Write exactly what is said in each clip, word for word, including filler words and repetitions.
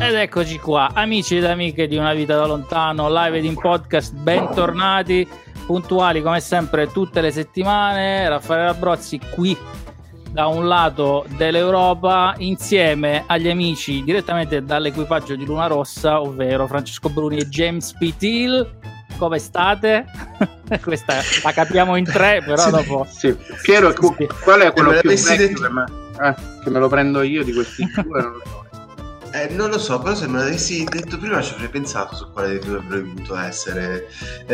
Ed eccoci qua, amici ed amiche di Una Vita da Lontano, live ed in podcast, bentornati, puntuali come sempre tutte le settimane. Raffaele Labrozzi qui da un lato dell'Europa insieme agli amici direttamente dall'equipaggio di Luna Rossa, ovvero Francesco Bruni e James P. Thiel. Come state? Questa la capiamo in tre, però sì, dopo sì. Piero, sì. Qual è quello più vecchio detto... che, me... eh, che me lo prendo io di questi due? Non lo so. Eh, non lo so, però se me l'avessi detto prima ci avrei pensato su quale dei due avrei voluto essere.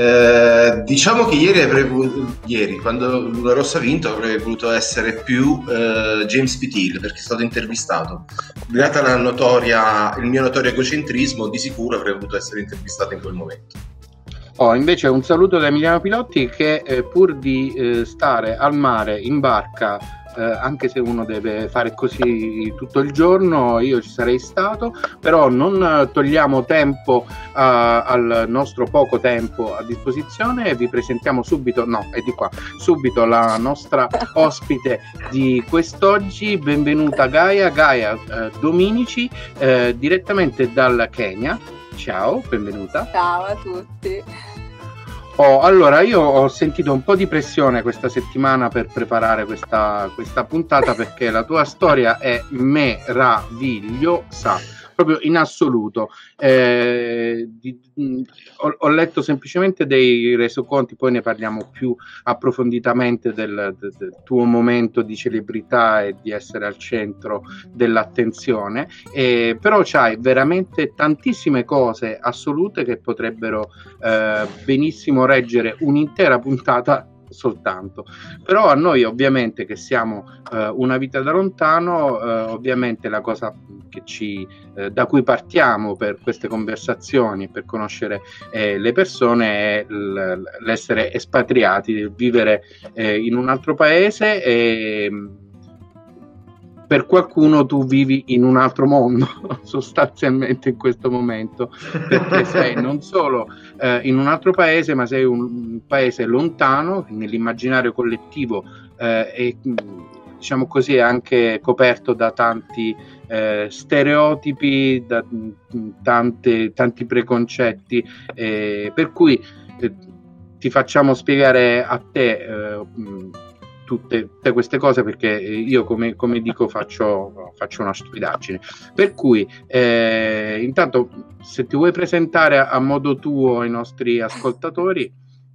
Eh, diciamo che ieri avrei voluto, ieri, quando Luna Rossa ha vinto, avrei voluto essere più eh, James P. Thiel, perché è stato intervistato. Data la notoria, il mio notorio egocentrismo, di sicuro avrei voluto essere intervistato in quel momento. Oh, invece un saluto da Emiliano Pilotti che eh, pur di eh, stare al mare in barca, eh, anche se uno deve fare così tutto il giorno, io ci sarei stato, però non togliamo tempo uh, al nostro poco tempo a disposizione e vi presentiamo subito, no, è di qua, subito la nostra ospite di quest'oggi. Benvenuta Gaia, Gaia eh, Dominici, eh, direttamente dal Kenya. Ciao, benvenuta. Ciao a tutti. Oh, allora, io ho sentito un po' di pressione questa settimana per preparare questa, questa puntata perché la tua storia è meravigliosa, proprio in assoluto. Eh, di, mh, ho, ho letto semplicemente dei resoconti, poi ne parliamo più approfonditamente del, del, del tuo momento di celebrità e di essere al centro dell'attenzione, eh, però c'hai veramente tantissime cose assolute che potrebbero eh, benissimo reggere un'intera puntata soltanto. Però a noi ovviamente che siamo eh, Una Vita da Lontano, eh, ovviamente la cosa che ci eh, da cui partiamo per queste conversazioni, per conoscere eh, le persone, è l- l'essere espatriati, vivere eh, in un altro paese. E per qualcuno tu vivi in un altro mondo sostanzialmente in questo momento, perché sei non solo eh, in un altro paese, ma sei un, un paese lontano nell'immaginario collettivo eh, e diciamo così anche coperto da tanti eh, stereotipi, da tante, tanti preconcetti, eh, per cui eh, ti facciamo spiegare a te eh, Tutte, tutte queste cose perché io come, come dico faccio, faccio una stupidaggine, per cui eh, intanto se ti vuoi presentare a, a modo tuo ai nostri ascoltatori.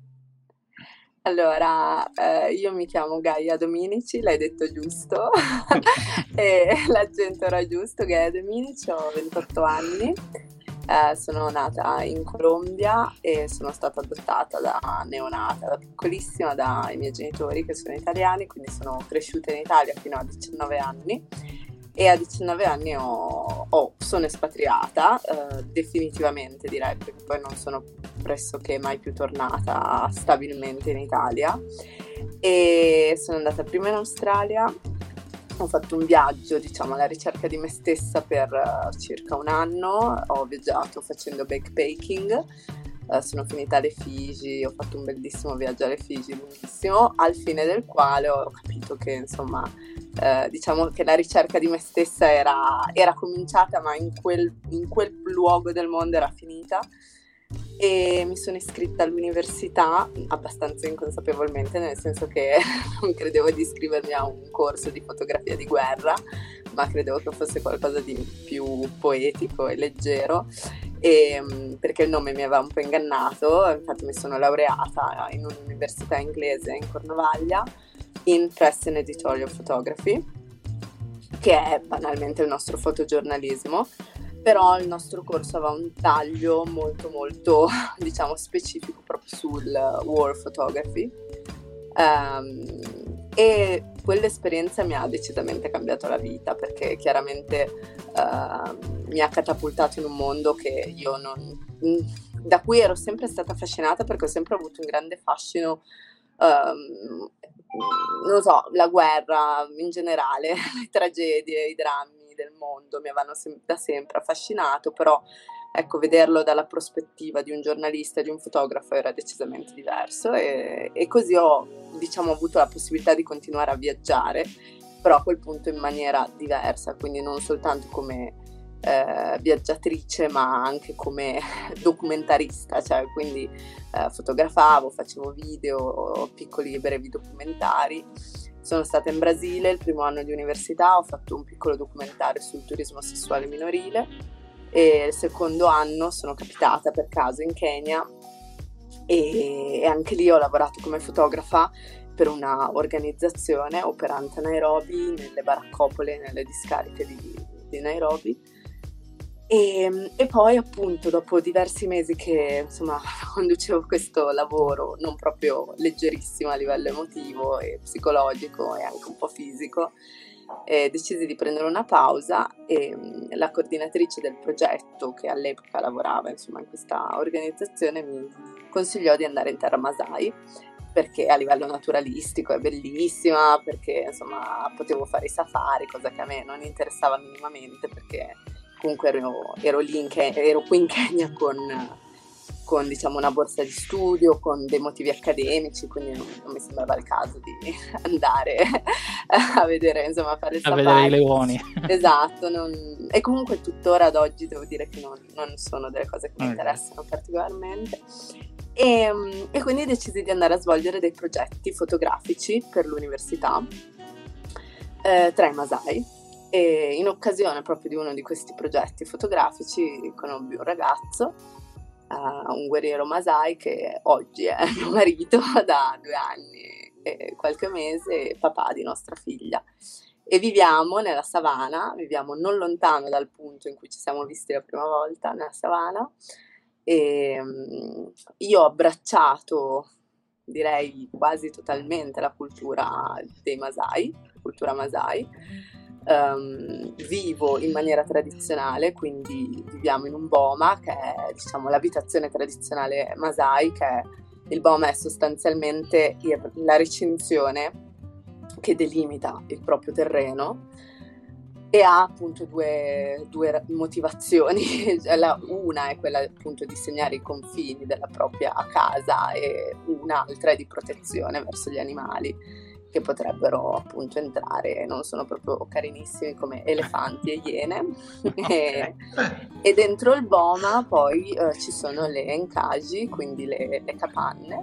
Allora, eh, io mi chiamo Gaia Dominici, l'hai detto giusto, e l'accento era giusto. Gaia Dominici, ho ventotto anni. Eh, sono nata in Colombia e sono stata adottata da neonata, da piccolissima, dai miei genitori che sono italiani, quindi sono cresciuta in Italia fino a diciannove anni e a diciannove anni ho, ho, sono espatriata, eh, definitivamente direi, perché poi non sono pressoché mai più tornata stabilmente in Italia e sono andata prima in Australia. Ho fatto un viaggio, diciamo, alla ricerca di me stessa per uh, circa un anno. Ho viaggiato facendo backpacking, uh, sono finita alle Figi, ho fatto un bellissimo viaggio alle Figi, lunghissimo, al fine del quale ho capito che, insomma, uh, diciamo che la ricerca di me stessa era, era cominciata, ma in quel, in quel luogo del mondo era finita. E mi sono iscritta all'università abbastanza inconsapevolmente, nel senso che non credevo di iscrivermi a un corso di fotografia di guerra, ma credevo che fosse qualcosa di più poetico e leggero, e, perché il nome mi aveva un po' ingannato. Infatti mi sono laureata in un'università inglese in Cornovaglia in Press and Editorial Photography, che è banalmente il nostro fotogiornalismo. Però il nostro corso aveva un taglio molto molto, diciamo, specifico proprio sul war photography, um, e quell'esperienza mi ha decisamente cambiato la vita, perché chiaramente uh, mi ha catapultato in un mondo che io non, da cui ero sempre stata affascinata, perché ho sempre avuto un grande fascino, um, non lo so, la guerra in generale, le tragedie, i drammi del mondo mi avevano sem- da sempre affascinato, però ecco, vederlo dalla prospettiva di un giornalista e di un fotografo era decisamente diverso, e, e così ho, diciamo, avuto la possibilità di continuare a viaggiare, però a quel punto in maniera diversa, quindi non soltanto come eh, viaggiatrice, ma anche come documentarista, cioè quindi eh, fotografavo, facevo video, piccoli e brevi documentari. Sono stata in Brasile il primo anno di università, ho fatto un piccolo documentario sul turismo sessuale minorile, e il secondo anno sono capitata per caso in Kenya e, e anche lì ho lavorato come fotografa per una organizzazione operante a Nairobi, nelle baraccopole, nelle discariche di, di Nairobi. E, e poi appunto dopo diversi mesi che insomma conducevo questo lavoro non proprio leggerissimo a livello emotivo e psicologico e anche un po' fisico, eh, decisi di prendere una pausa, e mh, la coordinatrice del progetto, che all'epoca lavorava insomma in questa organizzazione, mi consigliò di andare in terra Masai, perché a livello naturalistico è bellissima, perché insomma potevo fare i safari, cosa che a me non interessava minimamente, perché comunque ero, ero lì in Kenya, ero qui in Kenya con, con diciamo una borsa di studio, con dei motivi accademici, quindi non, non mi sembrava il caso di andare a vedere, insomma, a fare il safari. A vedere i leoni. Esatto, non, e comunque tuttora ad oggi devo dire che non, non sono delle cose che mi Okay. interessano particolarmente. E, e quindi decisi di andare a svolgere dei progetti fotografici per l'università eh, tra i Masai. E in occasione proprio di uno di questi progetti fotografici conobbi un ragazzo, uh, un guerriero Masai, che oggi è mio marito da due anni e qualche mese, papà di nostra figlia. E viviamo nella savana, viviamo non lontano dal punto in cui ci siamo visti la prima volta, nella savana. E um, io ho abbracciato, direi quasi totalmente, la cultura dei Masai, la cultura Masai. Um, vivo in maniera tradizionale, quindi viviamo in un boma, che è diciamo l'abitazione tradizionale Masai, che è, il boma è sostanzialmente il, la recinzione che delimita il proprio terreno, e ha appunto due, due motivazioni. Una è quella appunto di segnare i confini della propria casa, e un'altra è di protezione verso gli animali che potrebbero appunto entrare, non sono proprio carinissimi, come elefanti e iene. e, e dentro il boma poi eh, ci sono le encagi, quindi le, le capanne,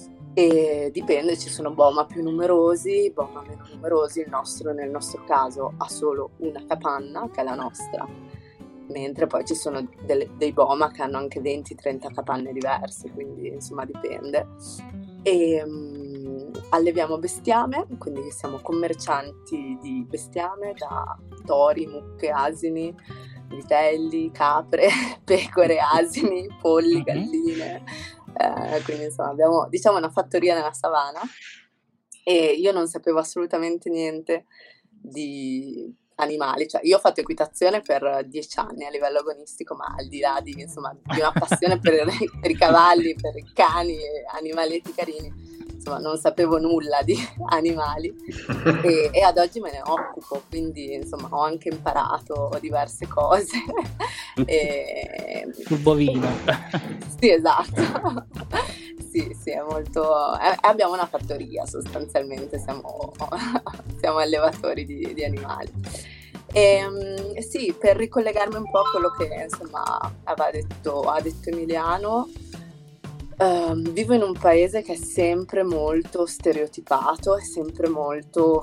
e dipende, ci sono boma più numerosi, boma meno numerosi. Il nostro, nel nostro caso, ha solo una capanna, che è la nostra, mentre poi ci sono delle, dei boma che hanno anche venti trenta capanne diverse, quindi insomma dipende. E um, alleviamo bestiame, quindi siamo commercianti di bestiame, da tori, mucche, asini, vitelli, capre, pecore, asini, polli, galline. Eh, quindi insomma abbiamo, diciamo, una fattoria nella savana, e io non sapevo assolutamente niente di animali, cioè io ho fatto equitazione per dieci anni a livello agonistico, ma al di là di, insomma, di una passione per, per i cavalli, per i cani e animaletti carini, insomma non sapevo nulla di animali, e, e ad oggi me ne occupo, quindi insomma ho anche imparato diverse cose. e... Sul bovino. Sì, esatto. Sì, sì, è molto... Eh, abbiamo una fattoria sostanzialmente, siamo, siamo allevatori di, di animali. E, um, sì, per ricollegarmi un po' a quello che insomma aveva detto, ha detto Emiliano, um, vivo in un paese che è sempre molto stereotipato, è sempre molto,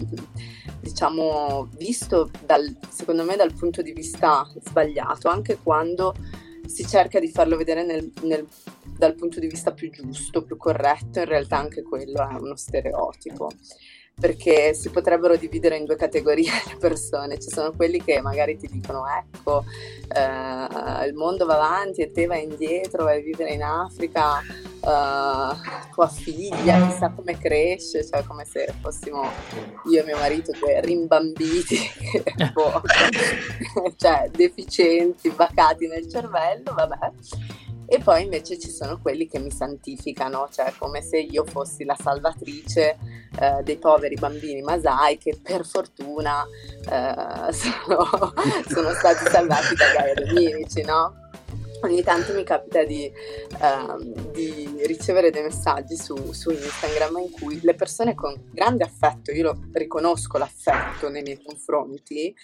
diciamo, visto dal, secondo me dal punto di vista sbagliato, anche quando si cerca di farlo vedere nel, nel dal punto di vista più giusto, più corretto. In realtà anche quello è uno stereotipo, perché si potrebbero dividere in due categorie le persone. Ci sono quelli che magari ti dicono ecco eh, il mondo va avanti e te vai indietro, vai a vivere in Africa, eh, tua figlia chissà come cresce, cioè come se fossimo io e mio marito due rimbambiti boh, cioè deficienti, bacati nel cervello, vabbè. E poi invece ci sono quelli che mi santificano, cioè come se io fossi la salvatrice eh, dei poveri bambini Masai, che per fortuna eh, sono, sono stati salvati da Gaia Dominici, no? Ogni tanto mi capita di, uh, di ricevere dei messaggi su, su Instagram in cui le persone con grande affetto, io lo riconosco l'affetto nei miei confronti,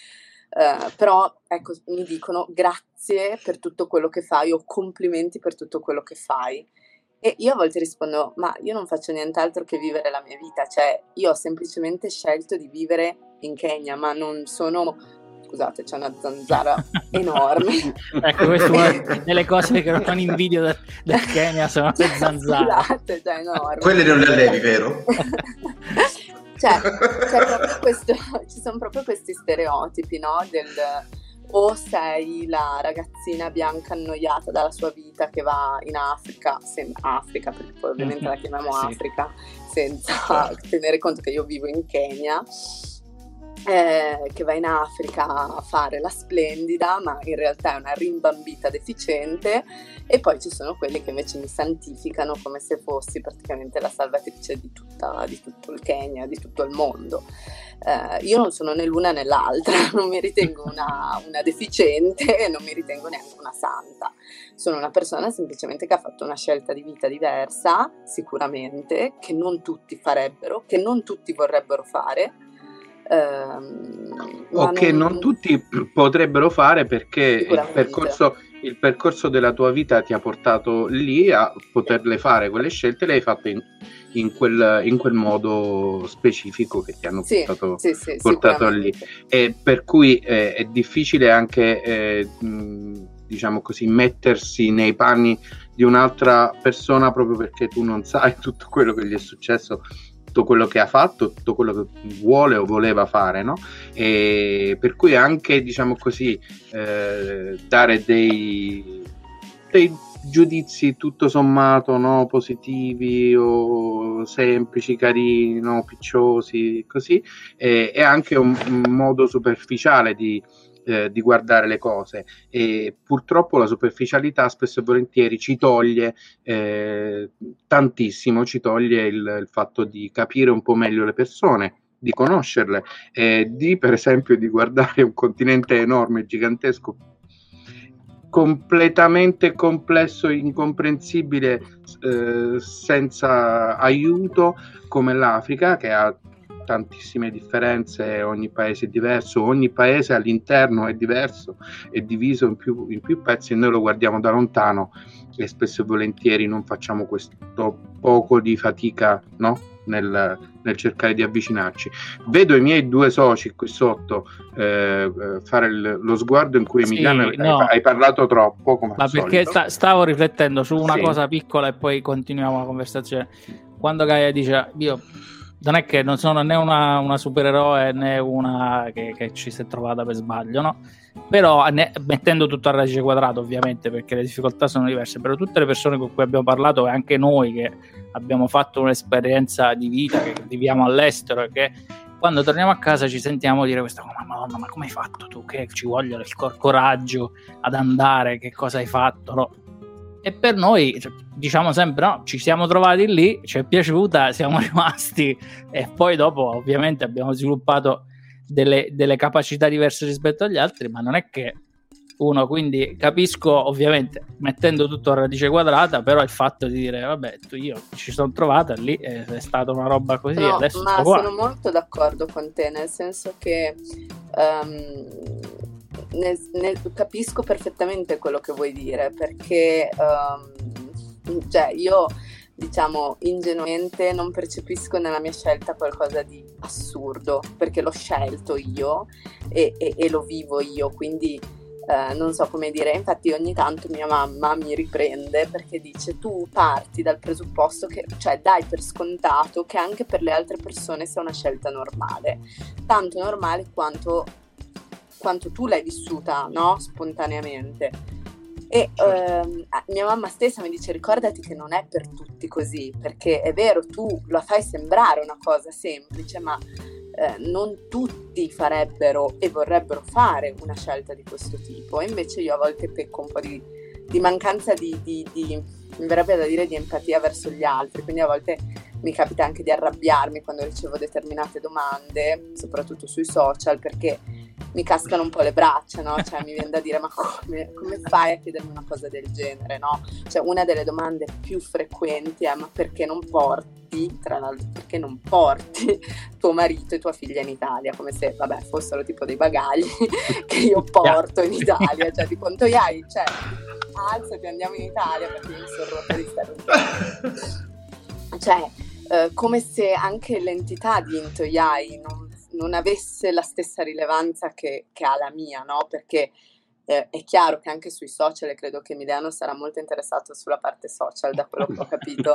Uh, però ecco, mi dicono grazie per tutto quello che fai o complimenti per tutto quello che fai, e io a volte rispondo ma io non faccio nient'altro che vivere la mia vita, cioè io ho semplicemente scelto di vivere in Kenya, ma non sono, scusate, c'è una zanzara enorme. Ecco, questa è una delle cose che non invidio del, del Kenya, sono le zanzare. Scusate, cioè enorme. Quelle non le allevi, vero? Cioè, c'è proprio questo, ci sono proprio questi stereotipi, no? Del o sei la ragazzina bianca annoiata dalla sua vita che va in Africa, sem- Africa, perché poi ovviamente la chiamiamo sì. Africa, senza tenere conto che io vivo in Kenya, eh, che va in Africa a fare la splendida, ma in realtà è una rimbambita deficiente, e poi ci sono quelli che invece mi santificano come se fossi praticamente la salvatrice di, tutta, di tutto il Kenya, di tutto il mondo. Eh, io non sono né l'una né l'altra, non mi ritengo una, una deficiente e non mi ritengo neanche una santa. Sono una persona semplicemente che ha fatto una scelta di vita diversa, sicuramente, che non tutti farebbero, che non tutti vorrebbero fare. Ehm, o che non... non tutti potrebbero fare, perché il percorso, il percorso della tua vita ti ha portato lì a poterle fare quelle scelte, le hai fatte in, in, quel, in quel modo specifico che ti hanno sì, portato, sì, sì, portato lì, e per cui eh, è difficile anche eh, mh, diciamo così mettersi nei panni di un'altra persona, proprio perché tu non sai tutto quello che gli è successo, tutto quello che ha fatto, tutto quello che vuole o voleva fare, no? E per cui anche, diciamo così, eh, dare dei, dei giudizi tutto sommato, no, positivi o semplici, carini, no, picciosi, così, eh, è anche un, un modo superficiale di Eh, di guardare le cose, e purtroppo la superficialità spesso e volentieri ci toglie eh, tantissimo, ci toglie il, il fatto di capire un po' meglio le persone, di conoscerle, eh, di per esempio di guardare un continente enorme, gigantesco, completamente complesso, incomprensibile, eh, senza aiuto, come l'Africa, che ha tantissime differenze, ogni paese è diverso, ogni paese all'interno è diverso, è diviso in più, in più pezzi, e noi lo guardiamo da lontano e spesso e volentieri non facciamo questo poco di fatica, no? Nel, nel cercare di avvicinarci. Vedo i miei due soci qui sotto eh, fare il, lo sguardo in cui, Emiliano, sì, no. hai, hai parlato troppo, come ma al perché sta, stavo riflettendo su una sì. cosa piccola e poi continuiamo la conversazione. Quando Gaia dice io non è che non sono né una, una supereroe né una che, che ci si è trovata per sbaglio, no? Però ne, mettendo tutto a radice quadrata, ovviamente, perché le difficoltà sono diverse, però tutte le persone con cui abbiamo parlato, e anche noi che abbiamo fatto un'esperienza di vita, che viviamo all'estero, e che quando torniamo a casa ci sentiamo dire questa cosa: ma madonna, ma come hai fatto tu? Che ci voglia il cor- coraggio ad andare, che cosa hai fatto, no? E per noi, cioè, diciamo sempre no, ci siamo trovati lì, ci è piaciuta, siamo rimasti, e poi dopo ovviamente abbiamo sviluppato delle, delle capacità diverse rispetto agli altri, ma non è che uno, quindi capisco ovviamente mettendo tutto a radice quadrata, però il fatto di dire vabbè, tu, io ci sono trovata lì, è, è stata una roba così, no, adesso ma sto qua. Sono molto d'accordo con te, nel senso che um, nel, nel, capisco perfettamente quello che vuoi dire, perché um, cioè io, diciamo, ingenuamente non percepisco nella mia scelta qualcosa di assurdo, perché l'ho scelto io e, e, e lo vivo io, quindi eh, non so come dire. Infatti ogni tanto mia mamma mi riprende perché dice: tu parti dal presupposto che, cioè dai per scontato che anche per le altre persone sia una scelta normale, tanto normale quanto, quanto tu l'hai vissuta, no? Spontaneamente. E ehm, mia mamma stessa mi dice: ricordati che non è per tutti così, perché è vero, tu la fai sembrare una cosa semplice, ma eh, non tutti farebbero e vorrebbero fare una scelta di questo tipo. E invece io a volte pecco un po' di, di mancanza di, di, di, mi verrebbe da dire, di empatia verso gli altri, quindi a volte mi capita anche di arrabbiarmi quando ricevo determinate domande, soprattutto sui social, perché mi cascano un po' le braccia, no? Cioè mi viene da dire, ma come, come fai a chiedermi una cosa del genere, no? Cioè una delle domande più frequenti è, ma perché non porti, tra l'altro, perché non porti tuo marito e tua figlia in Italia? Come se, vabbè, fossero tipo dei bagagli che io porto in Italia, cioè tipo un toiai, cioè alzati, andiamo in Italia perché io mi sono rotta di stare in Italia. Cioè, eh, come se anche l'entità di Intoiai non, non avesse la stessa rilevanza che, che ha la mia, no? Perché eh, è chiaro che anche sui social, e credo che Emiliano sarà molto interessato sulla parte social, da quello che ho capito,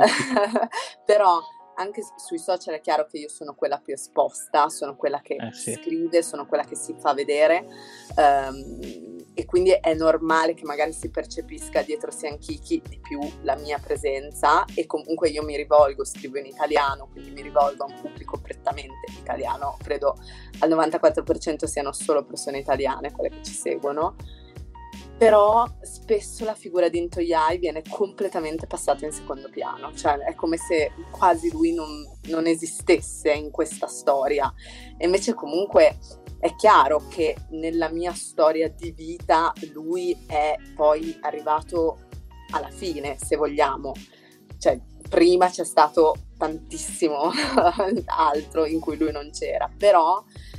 però anche sui social è chiaro che io sono quella più esposta, sono quella che eh sì. scrive, sono quella che si fa vedere, um, e quindi è normale che magari si percepisca dietro Sianchichi di più la mia presenza, e comunque io mi rivolgo, scrivo in italiano, quindi mi rivolgo a un pubblico prettamente italiano, credo al novantaquattro per cento siano solo persone italiane quelle che ci seguono. Però spesso la figura di Intoiai viene completamente passata in secondo piano, cioè è come se quasi lui non, non esistesse in questa storia, e invece comunque è chiaro che nella mia storia di vita lui è poi arrivato alla fine, se vogliamo, cioè prima c'è stato tantissimo altro in cui lui non c'era, però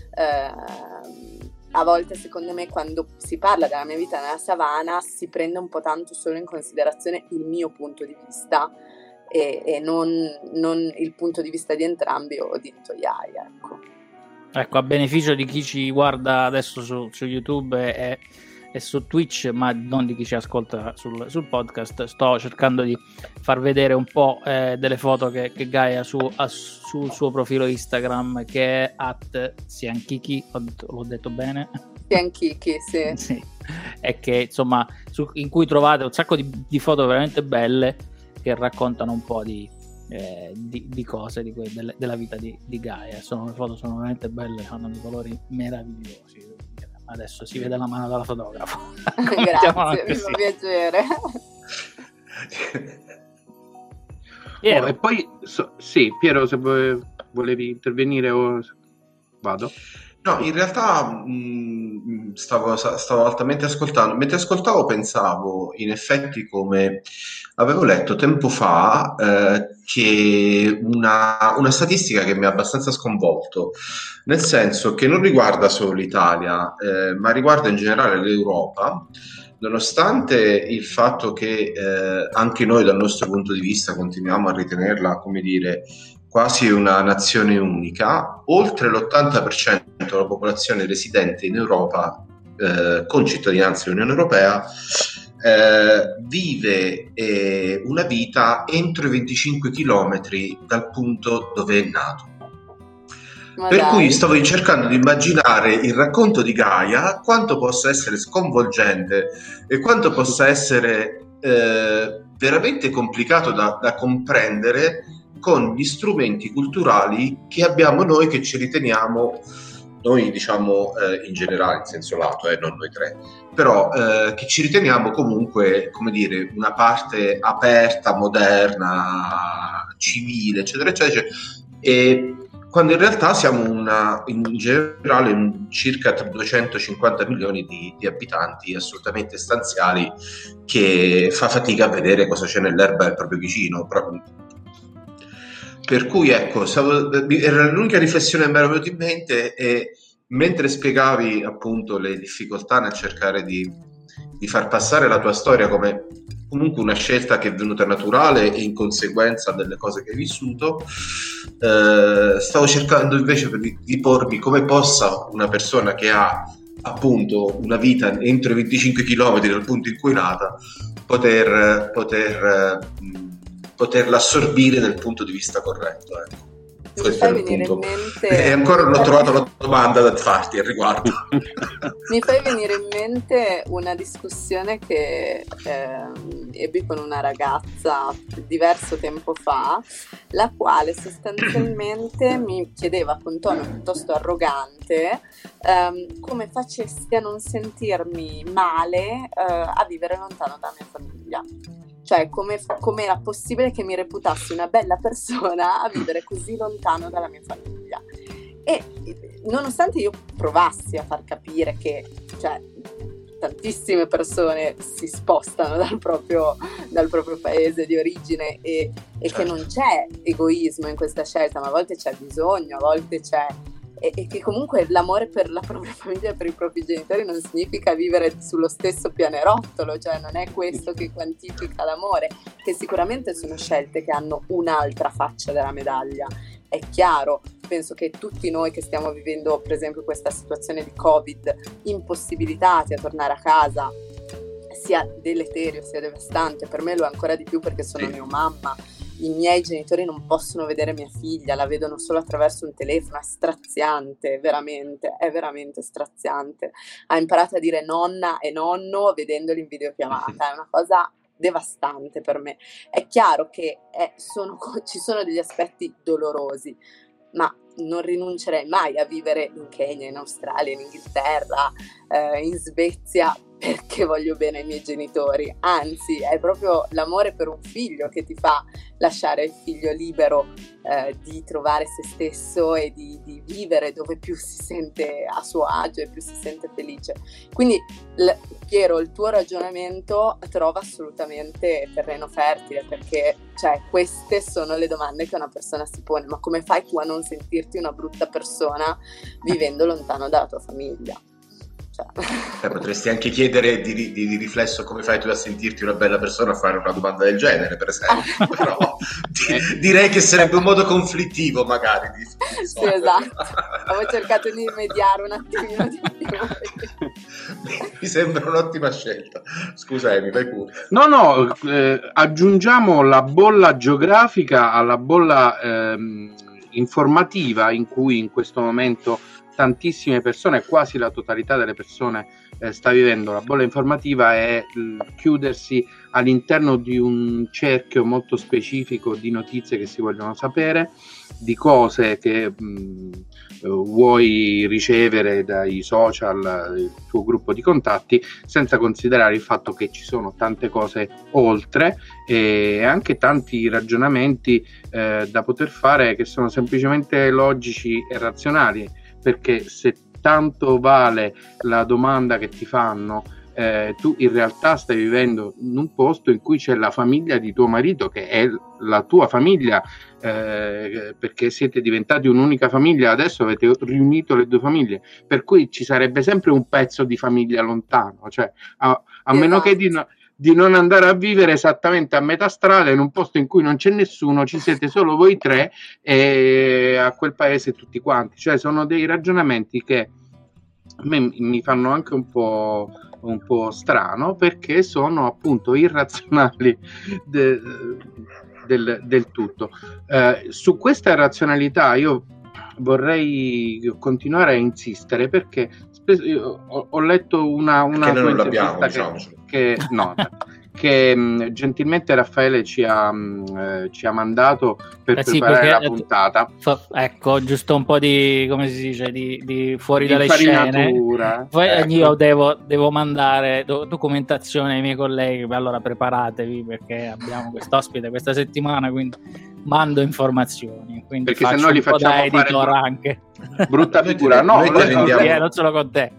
eh, a volte secondo me quando si parla della mia vita nella savana si prende un po' tanto solo in considerazione il mio punto di vista e, e non, non il punto di vista di entrambi o di Intoiai, ecco. Ecco, a beneficio di chi ci guarda adesso su, su YouTube e, e su Twitch, ma non di chi ci ascolta sul, sul podcast, sto cercando di far vedere un po' eh, delle foto che, che Gaia su, a, sul suo profilo Instagram, che è at Sianchichi, l'ho detto bene? Sianchichi, sì. Sì. E che insomma su, in cui trovate un sacco di, di foto veramente belle che raccontano un po' di, eh, di, di cose di que- delle, della vita di, di Gaia. Sono, le foto sono veramente belle, hanno dei colori meravigliosi. Adesso si vede la mano dalla fotografo. Grazie, mi fa piacere. Oh, e poi so, sì, Piero, se volevi intervenire o vado? No, in realtà mh, stavo, stavo altamente ascoltando. Mentre ascoltavo pensavo in effetti come avevo letto tempo fa eh, che una, una statistica che mi ha abbastanza sconvolto, nel senso che non riguarda solo l'Italia, eh, ma riguarda in generale l'Europa, nonostante il fatto che eh, anche noi dal nostro punto di vista continuiamo a ritenerla, come dire, quasi una nazione unica, oltre l'ottanta per cento della popolazione residente in Europa eh, con cittadinanza dell'Unione Europea eh, vive eh, una vita entro i venticinque chilometri dal punto dove è nato. Ma per dai. cui stavo cercando di immaginare il racconto di Gaia, quanto possa essere sconvolgente e quanto possa essere eh, veramente complicato da, da comprendere con gli strumenti culturali che abbiamo noi, che ci riteniamo, noi diciamo eh, in generale, in senso lato, eh, non noi tre, però eh, che ci riteniamo comunque, come dire, una parte aperta, moderna, civile, eccetera, eccetera, e quando in realtà siamo una, in generale un, circa duecentocinquanta milioni di, di abitanti assolutamente stanziali, che fa fatica a vedere cosa c'è nell'erba del proprio vicino. Per cui ecco, stavo, era l'unica riflessione che mi era venuta in mente, e mentre spiegavi appunto le difficoltà nel cercare di, di far passare la tua storia come comunque una scelta che è venuta naturale e in conseguenza delle cose che hai vissuto, eh, stavo cercando invece di, di pormi come possa una persona che ha appunto una vita entro i venticinque chilometri dal punto in cui è nata poter, poter poterla assorbire nel punto di vista corretto, ecco. Mi fai venire in mente... E ancora non ho trovato la domanda da farti al riguardo. Mi fai venire in mente una discussione che eh, ebbi con una ragazza diverso tempo fa, la quale sostanzialmente mi chiedeva con tono piuttosto arrogante ehm, come facessi a non sentirmi male eh, a vivere lontano dalla mia famiglia. Cioè, come, come era possibile che mi reputassi una bella persona a vivere così lontano dalla mia famiglia? e nonostante io provassi a far capire che, cioè, tantissime persone si spostano dal proprio, dal proprio paese di origine e, e che non c'è egoismo in questa scelta, ma a volte c'è bisogno, a volte c'è, e, e che comunque l'amore per la propria famiglia e per i propri genitori non significa vivere sullo stesso pianerottolo, cioè non è questo che quantifica l'amore, che sicuramente sono scelte che hanno un'altra faccia della medaglia. È chiaro, penso che tutti noi che stiamo vivendo per esempio questa situazione di Covid, impossibilitati a tornare a casa, sia deleterio sia devastante, per me lo è ancora di più perché sono mia mamma, i miei genitori non possono vedere mia figlia, la vedono solo attraverso un telefono, è straziante, veramente, è veramente straziante. Ha imparato a dire nonna e nonno vedendoli in videochiamata, è una cosa devastante per me. È chiaro che è, sono, ci sono degli aspetti dolorosi, ma non rinuncerei mai a vivere in Kenya, in Australia, in Inghilterra, eh, in Svezia, perché voglio bene ai miei genitori. Anzi, è proprio l'amore per un figlio che ti fa lasciare il figlio libero eh, di trovare se stesso e di, di vivere dove più si sente a suo agio e più si sente felice. Quindi l- Piero, il tuo ragionamento trova assolutamente terreno fertile, perché cioè, queste sono le domande che una persona si pone: ma come fai tu a non sentirti una brutta persona vivendo lontano dalla tua famiglia? Eh, potresti anche chiedere di, di, di riflesso come fai tu a sentirti una bella persona a fare una domanda del genere, per esempio. Però di, direi che sarebbe un modo conflittivo magari di, di sì, esatto, avevo cercato di mediare un attimino di più. Mi sembra un'ottima scelta. Scusa Emi, vai pure. No, no, eh, aggiungiamo la bolla geografica alla bolla ehm, informativa in cui in questo momento tantissime persone, quasi la totalità delle persone eh, sta vivendo. La bolla informativa è l- chiudersi all'interno di un cerchio molto specifico di notizie che si vogliono sapere, di cose che mh, vuoi ricevere dai social, il tuo gruppo di contatti, senza considerare il fatto che ci sono tante cose oltre e anche tanti ragionamenti eh, da poter fare che sono semplicemente logici e razionali. Perché se tanto vale la domanda che ti fanno, eh, tu in realtà stai vivendo in un posto in cui c'è la famiglia di tuo marito, che è la tua famiglia, eh, perché siete diventati un'unica famiglia, adesso avete riunito le due famiglie, per cui ci sarebbe sempre un pezzo di famiglia lontano, cioè a, a esatto. meno che di no, di non andare a vivere esattamente a metà strada in un posto in cui non c'è nessuno, ci siete solo voi tre e a quel paese tutti quanti. Cioè sono dei ragionamenti che a me mi fanno anche un po', un po' strano, perché sono appunto irrazionali de, del, del tutto. Eh, su questa irrazionalità io vorrei continuare a insistere, perché spesso io ho, ho letto una, una che non l'abbiamo, che, diciamo. che no che mh, gentilmente Raffaele ci ha, mh, ci ha mandato per eh sì, preparare la puntata. Fa, ecco, giusto un po' di, come si dice, di, di fuori di dalle scene. Poi ecco. Io devo, devo mandare do, documentazione ai miei colleghi, allora preparatevi perché abbiamo quest'ospite questa settimana, quindi mando informazioni. Quindi perché se no li facciamo fare editor anche. Brutta figura, no, noi te rendiamo... eh, non solo con te.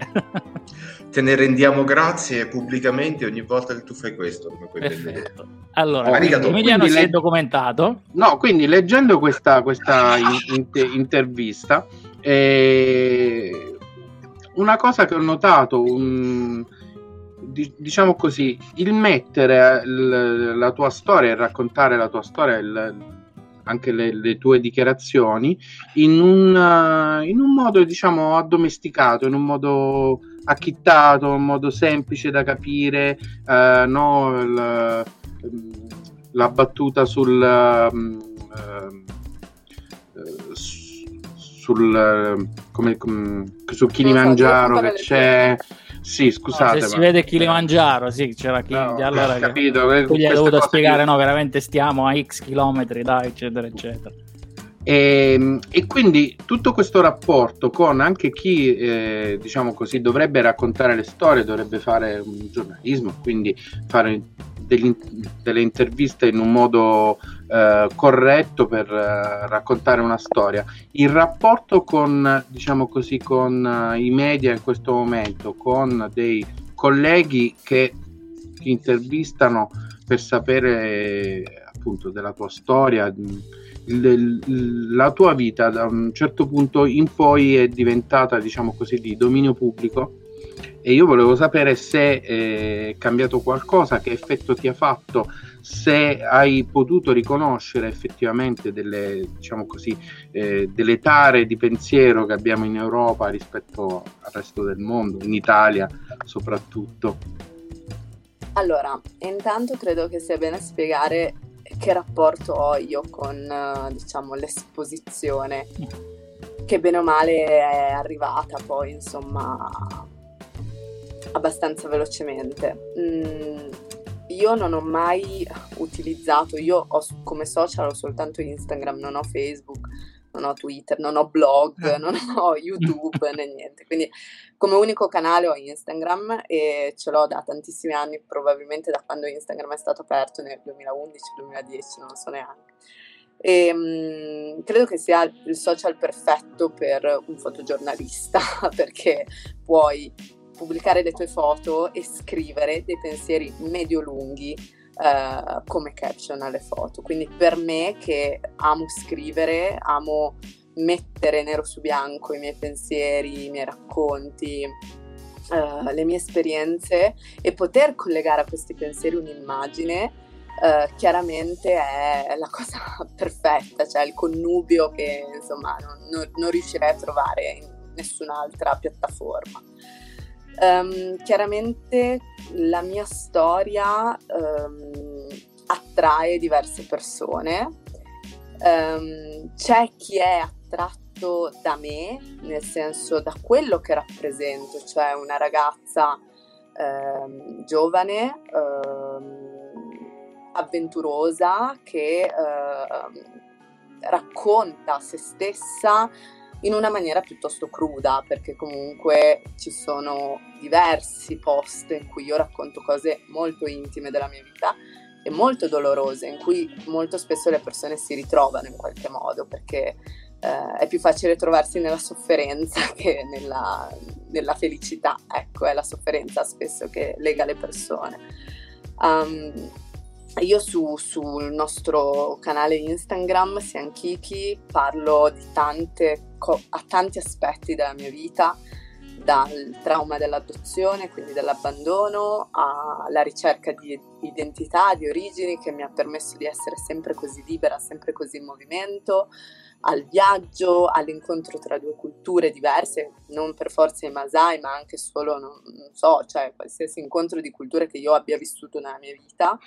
Te ne rendiamo grazie pubblicamente ogni volta che tu fai questo. Come puoi Perfetto. Allora, oh, Emiliano si è documentato. No, quindi leggendo questa, questa in, in, intervista, eh, una cosa che ho notato, un, di, diciamo così, il mettere il, la tua storia e raccontare la tua storia, il, anche le, le tue dichiarazioni, in un, in un modo, diciamo, addomesticato, in un modo acchittato, un modo semplice da capire, eh, no, il, la battuta sul uh, sul come, come su Kilimangiaro che c'è. Sì, scusate. No, se ma... si vede Kilimangiaro, sì, c'era chi no, allora ho capito, che... tu gli hai dovuto spiegare, che... no, veramente stiamo a X chilometri, dai, eccetera, eccetera. E, e quindi tutto questo rapporto con anche chi, eh, diciamo così, dovrebbe raccontare le storie, dovrebbe fare un giornalismo, quindi fare degli, delle interviste in un modo eh, corretto per eh, raccontare una storia. Il rapporto con, diciamo così, con uh, i media in questo momento, con dei colleghi che ti intervistano per sapere appunto della tua storia, la tua vita da un certo punto in poi è diventata, diciamo così, di dominio pubblico, e io volevo sapere se è cambiato qualcosa, che effetto ti ha fatto, se hai potuto riconoscere effettivamente delle, diciamo così, eh, delle tare di pensiero che abbiamo in Europa rispetto al resto del mondo, in Italia soprattutto. Allora, intanto credo che sia bene spiegare che rapporto ho io con, diciamo, l'esposizione, che bene o male è arrivata poi, insomma, abbastanza velocemente. Mm, io non ho mai utilizzato, io ho come social ho soltanto Instagram, non ho Facebook, non ho Twitter, non ho blog, non ho YouTube né niente, quindi come unico canale ho Instagram e ce l'ho da tantissimi anni, probabilmente da quando Instagram è stato aperto nel duemilaundici duemiladieci, non lo so neanche. E mh, credo che sia il social perfetto per un fotogiornalista, perché puoi pubblicare le tue foto e scrivere dei pensieri medio-lunghi Uh, come caption alle foto. Quindi per me, che amo scrivere, amo mettere nero su bianco i miei pensieri, i miei racconti, uh, le mie esperienze, e poter collegare a questi pensieri un'immagine, uh, chiaramente è la cosa perfetta, cioè il connubio che insomma non, non, non riuscirei a trovare in nessun'altra piattaforma. Um, chiaramente la mia storia um, attrae diverse persone, um, c'è chi è attratto da me, nel senso da quello che rappresento, cioè una ragazza um, giovane, um, avventurosa, che um, racconta se stessa in una maniera piuttosto cruda, perché comunque ci sono diversi post in cui io racconto cose molto intime della mia vita e molto dolorose, in cui molto spesso le persone si ritrovano in qualche modo, perché eh, è più facile trovarsi nella sofferenza che nella, nella felicità. Ecco, è la sofferenza spesso che lega le persone. Um, Io su, sul nostro canale Instagram, Sian Kiki, parlo di tante, co- a tanti aspetti della mia vita, dal trauma dell'adozione, quindi dell'abbandono, alla ricerca di identità, di origini, che mi ha permesso di essere sempre così libera, sempre così in movimento, al viaggio, all'incontro tra due culture diverse, non per forza i Masai, ma anche solo, non, non so, cioè qualsiasi incontro di culture che io abbia vissuto nella mia vita.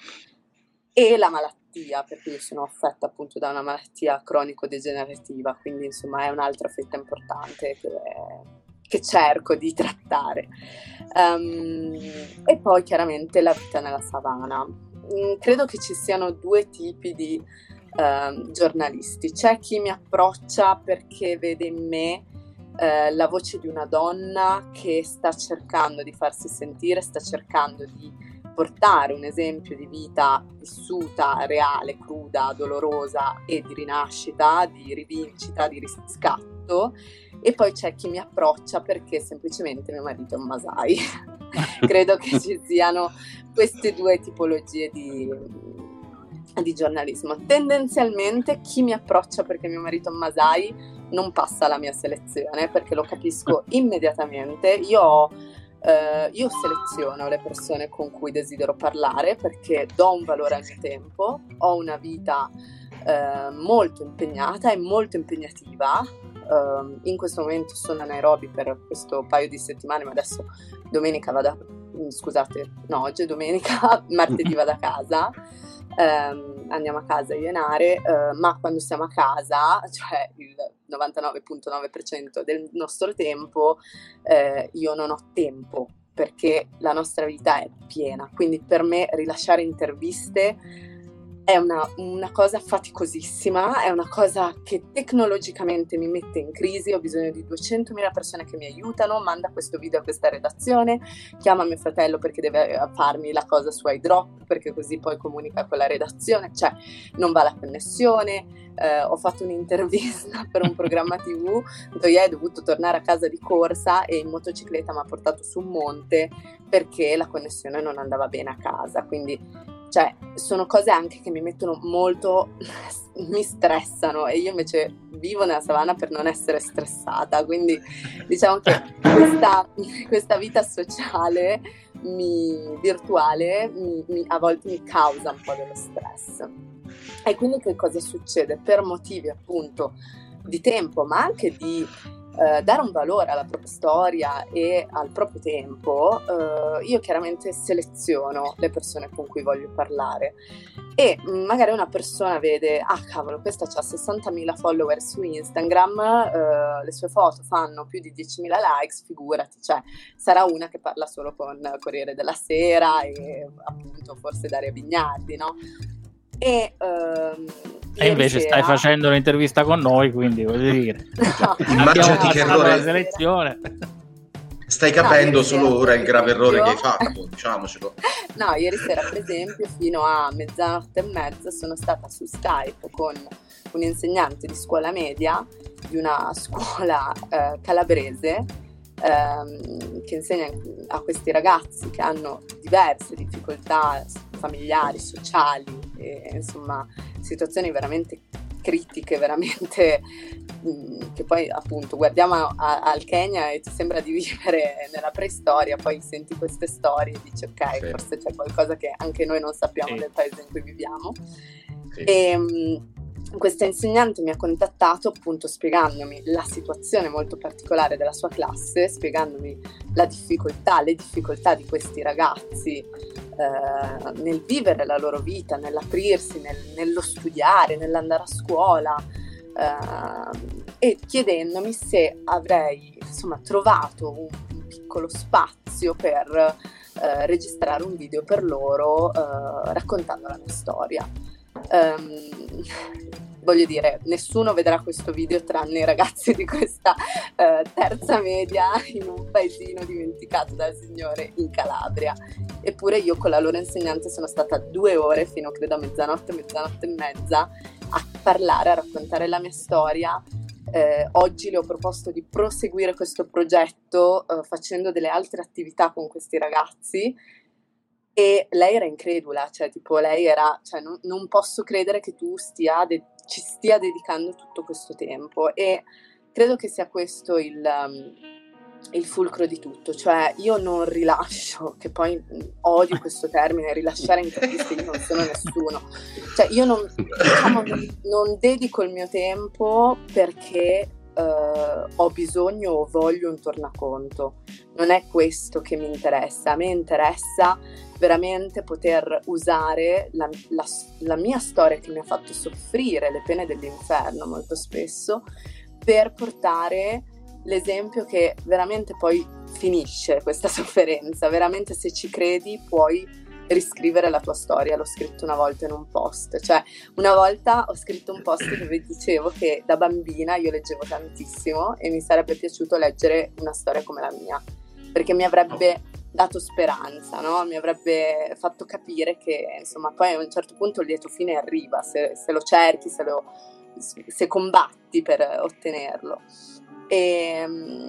E la malattia, perché io sono affetta appunto da una malattia cronico-degenerativa, quindi insomma è un'altra fetta importante che, che cerco di trattare. Um, e poi chiaramente la vita nella savana. Mm, credo che ci siano due tipi di uh, giornalisti. C'è chi mi approccia perché vede in me uh, la voce di una donna che sta cercando di farsi sentire, sta cercando di portare un esempio di vita vissuta, reale, cruda, dolorosa e di rinascita, di rivincita, di riscatto. E poi c'è chi mi approccia perché semplicemente mio marito è un Masai. Credo che ci siano queste due tipologie di, di giornalismo. Tendenzialmente chi mi approccia perché mio marito è un Masai non passa la mia selezione, perché lo capisco immediatamente. Io ho Uh, io seleziono le persone con cui desidero parlare, perché do un valore al mio tempo, ho una vita uh, molto impegnata e molto impegnativa. Uh, in questo momento sono a Nairobi per questo paio di settimane, ma adesso domenica vado a, scusate, no, oggi è domenica, martedì vado a casa. Um, andiamo a casa io e Nare, uh, ma quando siamo a casa, cioè il novantanove virgola nove per cento del nostro tempo, eh, io non ho tempo, perché la nostra vita è piena, quindi per me rilasciare interviste è una, una cosa faticosissima, è una cosa che tecnologicamente mi mette in crisi, ho bisogno di duecentomila persone che mi aiutano, manda questo video a questa redazione, chiama mio fratello perché deve farmi la cosa su iDrop, perché così poi comunica con la redazione, cioè non va la connessione. Eh, ho fatto un'intervista per un programma tivù dove ho dovuto tornare a casa di corsa e in motocicletta mi ha portato su un monte perché la connessione non andava bene a casa, quindi cioè sono cose anche che mi mettono molto, mi stressano, e io invece vivo nella savana per non essere stressata, quindi diciamo che questa, questa vita sociale mi, virtuale mi, mi, a volte mi causa un po' dello stress. E quindi che cosa succede? Per motivi appunto di tempo, ma anche di eh, dare un valore alla propria storia e al proprio tempo, eh, io chiaramente seleziono le persone con cui voglio parlare. E magari una persona vede, ah cavolo, questa ha sessantamila follower su Instagram, eh, le sue foto fanno più di diecimila likes, figurati, cioè sarà una che parla solo con Corriere della Sera e appunto forse Daria Vignardi, no? E, um, e invece sera... stai facendo un'intervista con noi, quindi voglio dire, no. Immaginati che errore la selezione. Stai capendo no, solo ora il grave errore che hai fatto, diciamocelo. No, ieri sera per esempio fino a mezzanotte e mezza sono stata su Skype con un insegnante di scuola media di una scuola eh, calabrese ehm, che insegna a questi ragazzi che hanno diverse difficoltà familiari, sociali, e, insomma situazioni veramente critiche, veramente mh, che poi appunto guardiamo a, a, al Kenya e ti sembra di vivere nella preistoria, poi senti queste storie e dici ok, sì, forse c'è qualcosa che anche noi non sappiamo, sì, del paese in cui viviamo. Sì. E mh, questa insegnante mi ha contattato appunto spiegandomi la situazione molto particolare della sua classe, spiegandomi la difficoltà, le difficoltà di questi ragazzi eh, nel vivere la loro vita, nell'aprirsi, nel, nello studiare, nell'andare a scuola eh, e chiedendomi se avrei insomma trovato un, un piccolo spazio per eh, registrare un video per loro eh, raccontando la mia storia. Um, voglio dire, nessuno vedrà questo video tranne i ragazzi di questa uh, terza media in un paesino dimenticato dal Signore in Calabria, eppure io con la loro insegnante sono stata due ore fino credo a mezzanotte, mezzanotte e mezza a parlare, a raccontare la mia storia. Eh, oggi le ho proposto di proseguire questo progetto uh, facendo delle altre attività con questi ragazzi. E lei era incredula, cioè tipo lei era, cioè non, non posso credere che tu stia de- ci stia dedicando tutto questo tempo, e credo che sia questo il, um, il fulcro di tutto, cioè io non rilascio, che poi mh, odio questo termine, rilasciare interviste, io non sono nessuno, cioè io non, diciamo, non, non dedico il mio tempo perché Uh, ho bisogno o voglio un tornaconto, non è questo che mi interessa, a me interessa veramente poter usare la, la, la mia storia che mi ha fatto soffrire le pene dell'inferno molto spesso per portare l'esempio che veramente poi finisce questa sofferenza, veramente se ci credi puoi riscrivere la tua storia. L'ho scritto una volta in un post, cioè una volta ho scritto un post dove dicevo che da bambina io leggevo tantissimo e mi sarebbe piaciuto leggere una storia come la mia, perché mi avrebbe dato speranza, no? Mi avrebbe fatto capire che insomma poi a un certo punto il lieto fine arriva se, se lo cerchi, se, lo, se combatti per ottenerlo. E,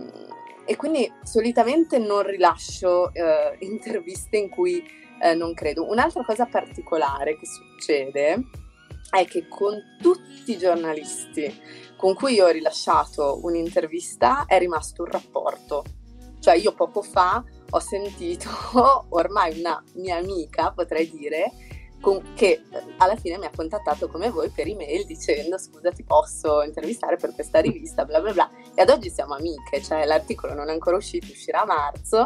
e quindi solitamente non rilascio eh, interviste in cui Eh, non credo. Un'altra cosa particolare che succede è che con tutti i giornalisti con cui io ho rilasciato un'intervista è rimasto un rapporto. Cioè io poco fa ho sentito ormai una mia amica, potrei dire, con, che alla fine mi ha contattato come voi per email dicendo scusa ti posso intervistare per questa rivista bla bla bla, e ad oggi siamo amiche, cioè l'articolo non è ancora uscito, uscirà a marzo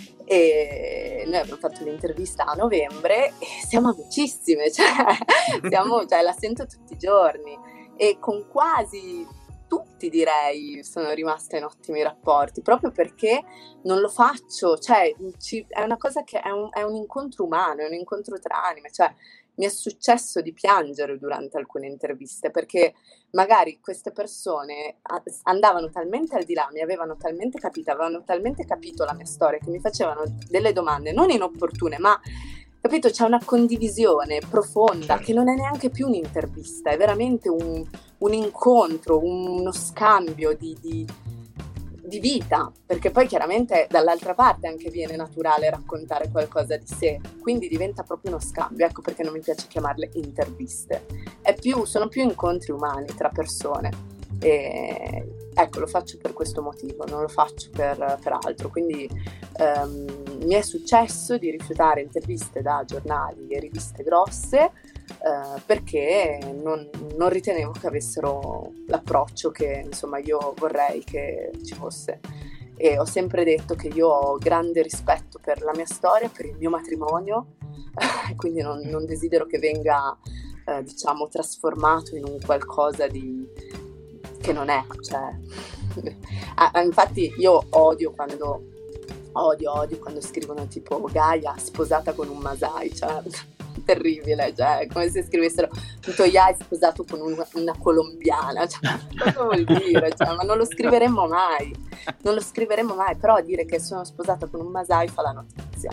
e noi abbiamo fatto l'intervista a novembre e siamo amicissime, cioè, siamo, cioè la sento tutti i giorni e con quasi tutti direi sono rimasta in ottimi rapporti proprio perché non lo faccio, cioè ci, è una cosa che è un, è un incontro umano, è un incontro tra anime, cioè mi è successo di piangere durante alcune interviste, perché magari queste persone andavano talmente al di là, mi avevano talmente capito, avevano talmente capito la mia storia, che mi facevano delle domande non inopportune, ma capito, c'è una condivisione profonda che non è neanche più un'intervista, è veramente un, un incontro, uno scambio di, di, di vita, perché poi chiaramente dall'altra parte anche viene naturale raccontare qualcosa di sé, quindi diventa proprio uno scambio. Ecco perché non mi piace chiamarle interviste, è più, sono più incontri umani tra persone. E ecco, lo faccio per questo motivo, non lo faccio per, per altro. Quindi ehm, mi è successo di rifiutare interviste da giornali e riviste grosse eh, perché non, non ritenevo che avessero l'approccio che insomma io vorrei che ci fosse. E ho sempre detto che io ho grande rispetto per la mia storia, per il mio matrimonio, quindi non, non desidero che venga eh, diciamo trasformato in un qualcosa di che non è, cioè ah, infatti io odio quando odio odio quando scrivono tipo Gaia sposata con un Masai, cioè terribile, cioè come se scrivessero Toya è sposato con un, una colombiana, cioè cosa vuol dire, cioè, ma non lo scriveremmo mai non lo scriveremmo mai, però dire che sono sposata con un Masai fa la notizia.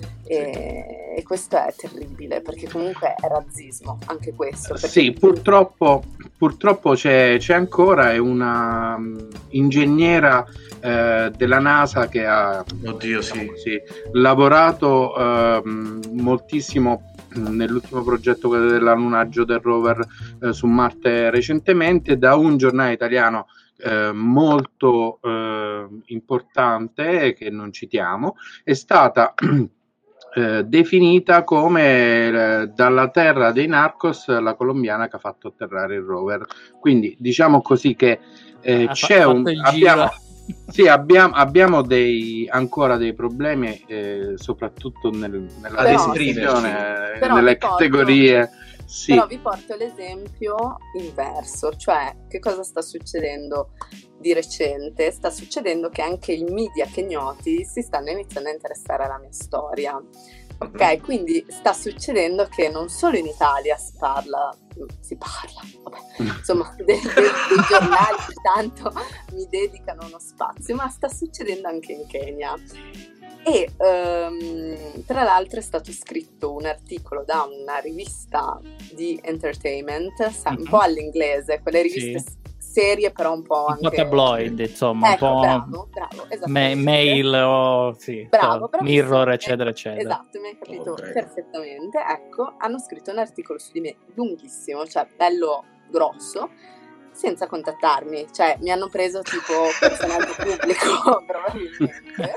E, e questo è terribile, perché comunque è razzismo anche questo. Sì, purtroppo, purtroppo c'è, c'è ancora una um, ingegnera eh, della NASA che ha Oddio, diciamo, sì. sì, lavorato eh, moltissimo nell'ultimo progetto dell'allunaggio del rover eh, su Marte recentemente, da un giornale italiano eh, molto eh, importante che non citiamo, è stata Eh, definita come eh, dalla terra dei narcos la colombiana che ha fatto atterrare il rover. Quindi diciamo così che eh, ha c'è un abbiamo, sì, abbiamo, abbiamo dei, ancora dei problemi eh, soprattutto nel, nella descrizione eh, nelle categorie. Sì. Però vi porto l'esempio inverso, cioè che cosa sta succedendo di recente? Sta succedendo che anche i media kenyoti si stanno iniziando a interessare alla mia storia. Ok, mm-hmm. Quindi sta succedendo che non solo in Italia si parla, si parla, vabbè, insomma, dei, dei, dei giornali che tanto mi dedicano uno spazio, ma sta succedendo anche in Kenya. E um, tra l'altro è stato scritto un articolo da una rivista di entertainment, sa, un po' all'inglese, quelle riviste sì. serie però un po' un anche... po' tabloid, insomma, ecco, un po' bravo, bravo, ma- mail o sì, bravo, Mirror, eccetera, eccetera. Esatto, mi hai capito okay. perfettamente. Ecco, hanno scritto un articolo su di me lunghissimo, cioè bello grosso, senza contattarmi, cioè mi hanno preso tipo personaggio pubblico probabilmente.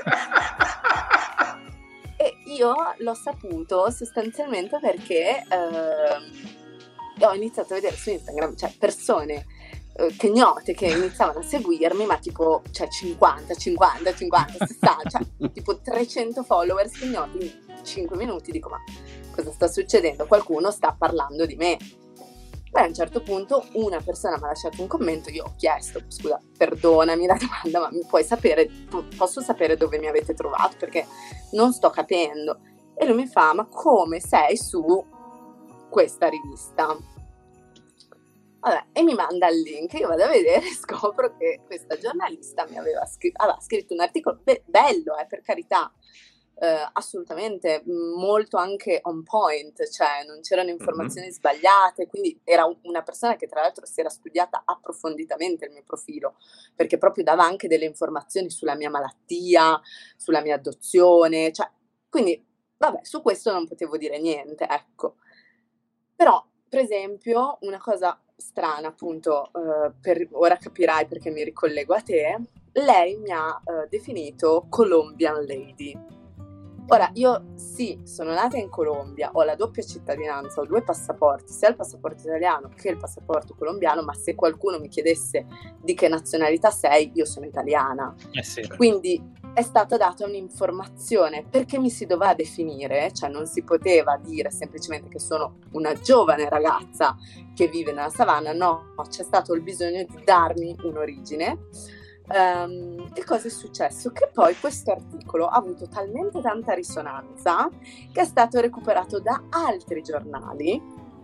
E io l'ho saputo sostanzialmente perché eh, ho iniziato a vedere su Instagram, cioè persone eh, kenyote che iniziavano a seguirmi, ma tipo cioè cinquanta, cinquanta, cinquanta, sessanta, cioè tipo trecento followers kenyoti in cinque minuti. Dico, ma cosa sta succedendo? Qualcuno sta parlando di me. Beh, a un certo punto una persona mi ha lasciato un commento, io ho chiesto, scusa, perdonami la domanda, ma mi puoi sapere, posso sapere dove mi avete trovato? Perché non sto capendo. E lui mi fa, ma come sei su questa rivista? Vabbè, e mi manda il link, io vado a vedere e scopro che questa giornalista mi aveva, scr- aveva scritto un articolo, be- bello, eh, per carità, Uh, assolutamente molto anche on point, cioè non c'erano informazioni mm-hmm. sbagliate, quindi era una persona che tra l'altro si era studiata approfonditamente il mio profilo, perché proprio dava anche delle informazioni sulla mia malattia, sulla mia adozione, cioè quindi vabbè, su questo non potevo dire niente, ecco. Però per esempio una cosa strana, appunto, uh, per, ora capirai perché mi ricollego a te, lei mi ha uh, definito Colombian Lady. Ora, io sì, sono nata in Colombia, ho la doppia cittadinanza, ho due passaporti, sia il passaporto italiano che il passaporto colombiano, ma se qualcuno mi chiedesse di che nazionalità sei, io sono italiana. Eh sì. Quindi è stata data un'informazione perché mi si doveva definire, cioè non si poteva dire semplicemente che sono una giovane ragazza che vive nella savana, no, c'è stato il bisogno di darmi un'origine. Um, che cosa è successo? Che poi questo articolo ha avuto talmente tanta risonanza che è stato recuperato da altri giornali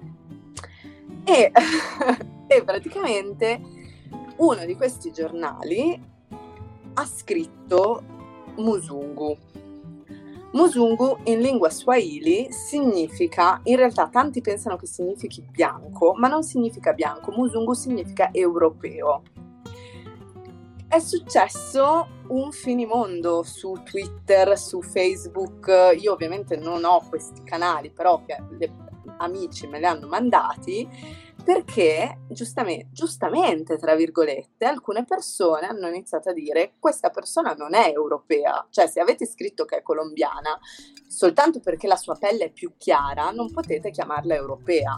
e, e praticamente uno di questi giornali ha scritto Musungu. Musungu in lingua swahili significa, in realtà tanti pensano che significhi bianco, ma non significa bianco, Musungu significa europeo. È successo un finimondo su Twitter, su Facebook. Io ovviamente non ho questi canali, però che le amici me li hanno mandati, perché giustamente, giustamente, tra virgolette, alcune persone hanno iniziato a dire questa persona non è europea. Cioè, se avete scritto che è colombiana, soltanto perché la sua pelle è più chiara, non potete chiamarla europea.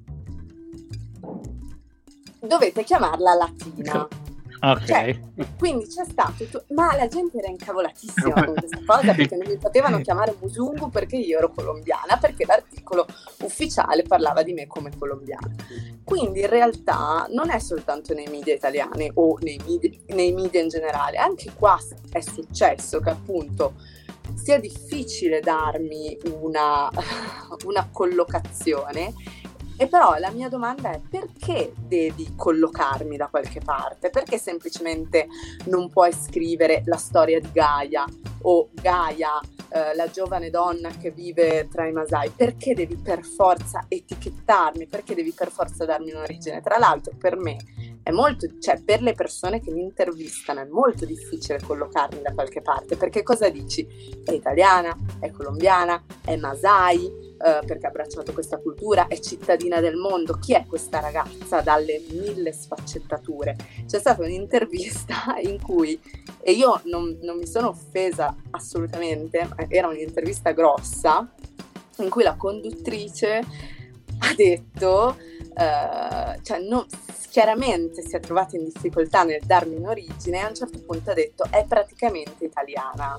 Dovete chiamarla latina. Ok. Cioè, quindi c'è stato tu- ma la gente era incavolatissima con questa cosa, perché non mi potevano chiamare Musungu perché io ero colombiana, perché l'articolo ufficiale parlava di me come colombiana. Quindi in realtà non è soltanto nei media italiani o nei media, nei media in generale, anche qua è successo che appunto sia difficile darmi una, una collocazione. E però la mia domanda è: perché devi collocarmi da qualche parte? Perché semplicemente non puoi scrivere la storia di Gaia o Gaia, eh, la giovane donna che vive tra i Masai? Perché devi per forza etichettarmi? Perché devi per forza darmi un'origine? Tra l'altro per me è molto, cioè per le persone che mi intervistano è molto difficile collocarmi da qualche parte, perché cosa dici? È italiana, è colombiana, è Masai, Uh, perché ha abbracciato questa cultura, è cittadina del mondo. Chi è questa ragazza dalle mille sfaccettature? C'è stata un'intervista in cui, e io non, non mi sono offesa assolutamente, era un'intervista grossa, in cui la conduttrice ha detto, uh, cioè non, chiaramente si è trovata in difficoltà nel darmi un'origine, e a un certo punto ha detto è praticamente italiana.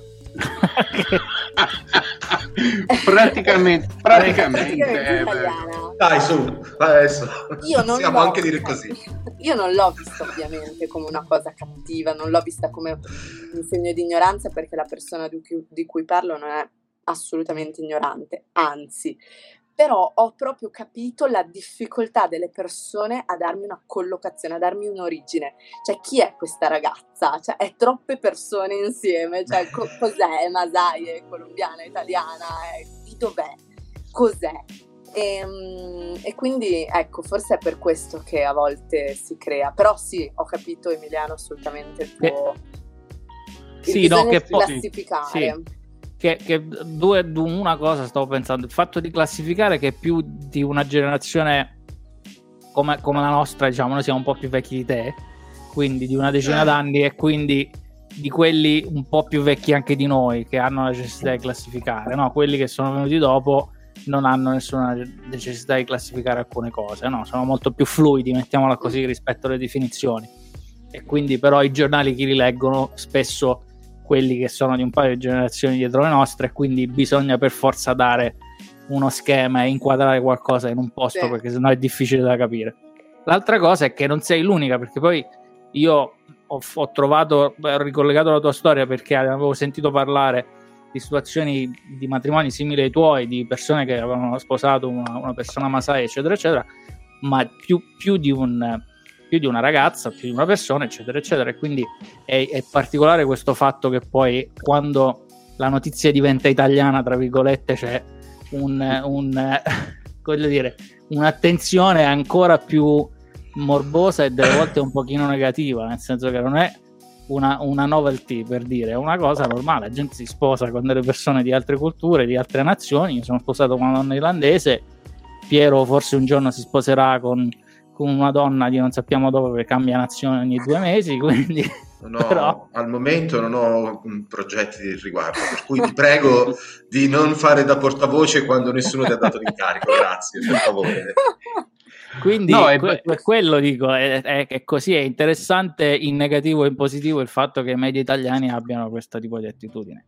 praticamente, praticamente, praticamente italiana. Dai, su, adesso io non possiamo anche dire così. Io non l'ho vista ovviamente come una cosa cattiva, non l'ho vista come un segno di ignoranza, perché la persona di cui, di cui parlo non è assolutamente ignorante, anzi. Però ho proprio capito la difficoltà delle persone a darmi una collocazione, a darmi un'origine. Cioè, chi è questa ragazza? Cioè, è troppe persone insieme. Cioè, co- cos'è? Masai, è colombiana, è italiana, è... di dov'è? Cos'è? E, e quindi, ecco, forse è per questo che a volte si crea. Però sì, ho capito, Emiliano, assolutamente il tuo... Il sì, no, che poi... classificare. Sì. Che, che due, una cosa stavo pensando, il fatto di classificare che più di una generazione come, come la nostra, diciamo, noi siamo un po' più vecchi di te, quindi di una decina d'anni, e quindi di quelli un po' più vecchi anche di noi che hanno la necessità di classificare, no? Quelli che sono venuti dopo non hanno nessuna necessità di classificare alcune cose, no? Sono molto più fluidi, mettiamola così, rispetto alle definizioni, e quindi però i giornali chi li leggono spesso quelli che sono di un paio di generazioni dietro le nostre, quindi bisogna per forza dare uno schema e inquadrare qualcosa in un posto, sì, perché sennò è difficile da capire. L'altra cosa è che non sei l'unica, perché poi io ho, ho trovato, ho ricollegato la tua storia perché avevo sentito parlare di situazioni di matrimoni simili ai tuoi, di persone che avevano sposato una, una persona Masai, eccetera eccetera, ma più, più di un più di una ragazza, più di una persona, eccetera eccetera, e quindi è, è particolare questo fatto che poi quando la notizia diventa italiana, tra virgolette, c'è un, un voglio dire, un'attenzione ancora più morbosa e delle volte un pochino negativa, nel senso che non è una, una novelty, per dire, è una cosa normale. La gente si sposa con delle persone di altre culture, di altre nazioni. Io sono sposato con una donna irlandese, Piero forse un giorno si sposerà con con una donna di non sappiamo dove, perché cambia nazione ogni due mesi, quindi non ho, però... al momento non ho progetti di riguardo, per cui ti prego di non fare da portavoce quando nessuno ti ha dato l'incarico, grazie, per favore. Quindi no, è... que- quello dico, è, è, è così, è interessante in negativo e in positivo il fatto che i media italiani abbiano questo tipo di attitudine.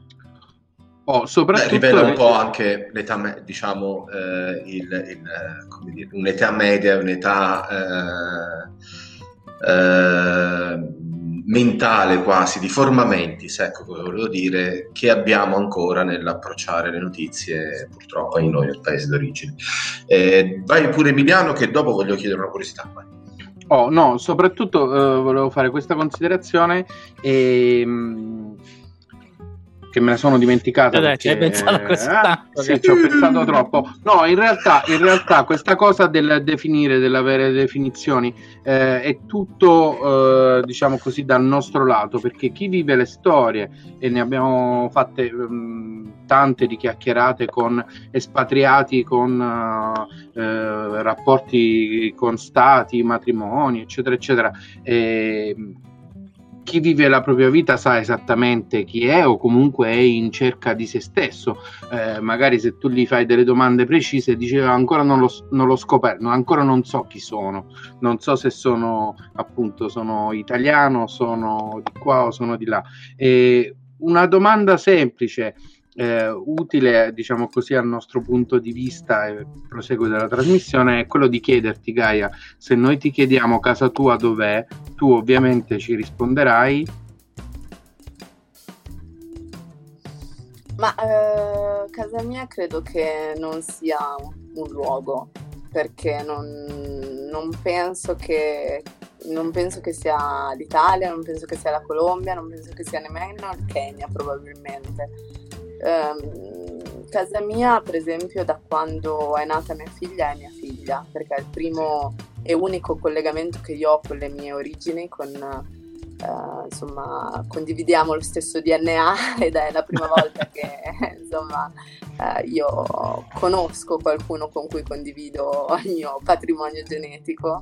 Oh, soprattutto Beh, rivela un po' anche l'età, me- diciamo, eh, il, il, come dire, un'età media, un'età eh, eh, mentale quasi, di forma mentis, ecco come volevo dire, che abbiamo ancora nell'approcciare le notizie, purtroppo in noi nel paese d'origine. Eh, vai pure Emiliano, che dopo voglio chiedere una curiosità. Vai. Oh no, soprattutto uh, volevo fare questa considerazione e, mh, che me la sono dimenticata. Eh, perché, ci hai pensato così tanto. Eh, sì, ci ho pensato troppo. No, in realtà, in realtà questa cosa del definire, dell'avere definizioni, eh, è tutto, eh, diciamo così, dal nostro lato, perché chi vive le storie, e ne abbiamo fatte mh, tante di chiacchierate con espatriati, con uh, eh, rapporti con stati, matrimoni, eccetera, eccetera. E, chi vive la propria vita sa esattamente chi è, o comunque è in cerca di se stesso. Eh, magari se tu gli fai delle domande precise diceva ancora non l'ho, non l'ho scoperto, ancora non so chi sono, non so se sono appunto sono italiano, sono di qua o sono di là. E una domanda semplice, eh, utile diciamo così al nostro punto di vista e proseguo della trasmissione, è quello di chiederti, Gaia, se noi ti chiediamo casa tua dov'è, tu ovviamente ci risponderai. Ma eh, casa mia credo che non sia un luogo, perché non, non penso che non penso che sia l'Italia, non penso che sia la Colombia, non penso che sia nemmeno il Kenya probabilmente. Um, casa mia, per esempio, da quando è nata mia figlia è mia figlia, perché è il primo e unico collegamento che io ho con le mie origini, con uh, insomma condividiamo lo stesso D N A ed è la prima volta che insomma uh, io conosco qualcuno con cui condivido il mio patrimonio genetico,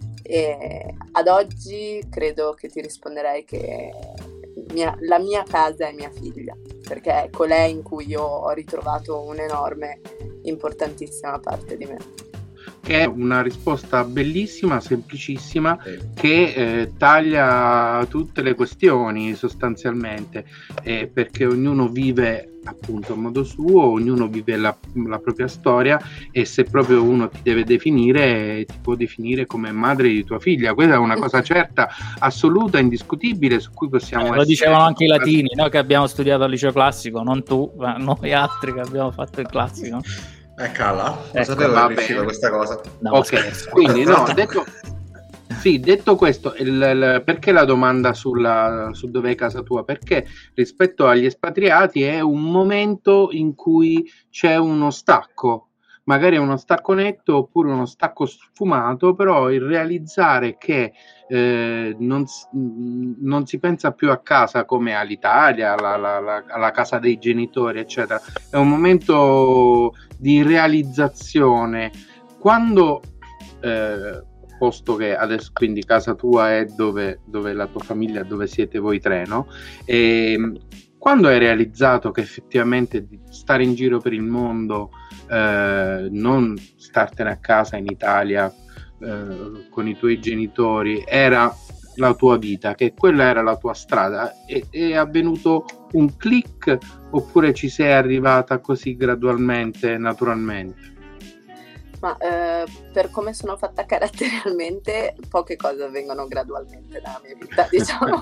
e ad oggi credo che ti risponderei che mia, la mia casa è mia figlia, perché è colei in cui io ho ritrovato un'enorme, importantissima parte di me. Che è una risposta bellissima, semplicissima, che eh, taglia tutte le questioni sostanzialmente, eh, perché ognuno vive appunto a modo suo, ognuno vive la, la propria storia, e se proprio uno ti deve definire, ti può definire come madre di tua figlia. Questa è una cosa certa, assoluta, indiscutibile, su cui possiamo eh, lo dicevano anche i latini, noi che abbiamo studiato al liceo classico, non tu, ma noi altri che abbiamo fatto il classico. Eh, cala, non ecco, sapevo che riusciva questa cosa. No, ok, quindi no, detto, sì, detto questo, il, il, perché la domanda sulla, su dov'è casa tua? Perché rispetto agli espatriati è un momento in cui c'è uno stacco, magari uno stacco netto oppure uno stacco sfumato, però il realizzare che eh, non, non si pensa più a casa come all'Italia, alla, alla, alla casa dei genitori, eccetera, è un momento di realizzazione. Quando eh, posto che adesso quindi casa tua è dove, dove la tua famiglia, dove siete voi tre, no? E quando hai realizzato che effettivamente di stare in giro per il mondo, eh, non startene a casa in Italia eh, con i tuoi genitori, era la tua vita, che quella era la tua strada, è, è avvenuto un click oppure ci sei arrivata così gradualmente, naturalmente? Ma eh, per come sono fatta caratterialmente, poche cose avvengono gradualmente nella mia vita, diciamo.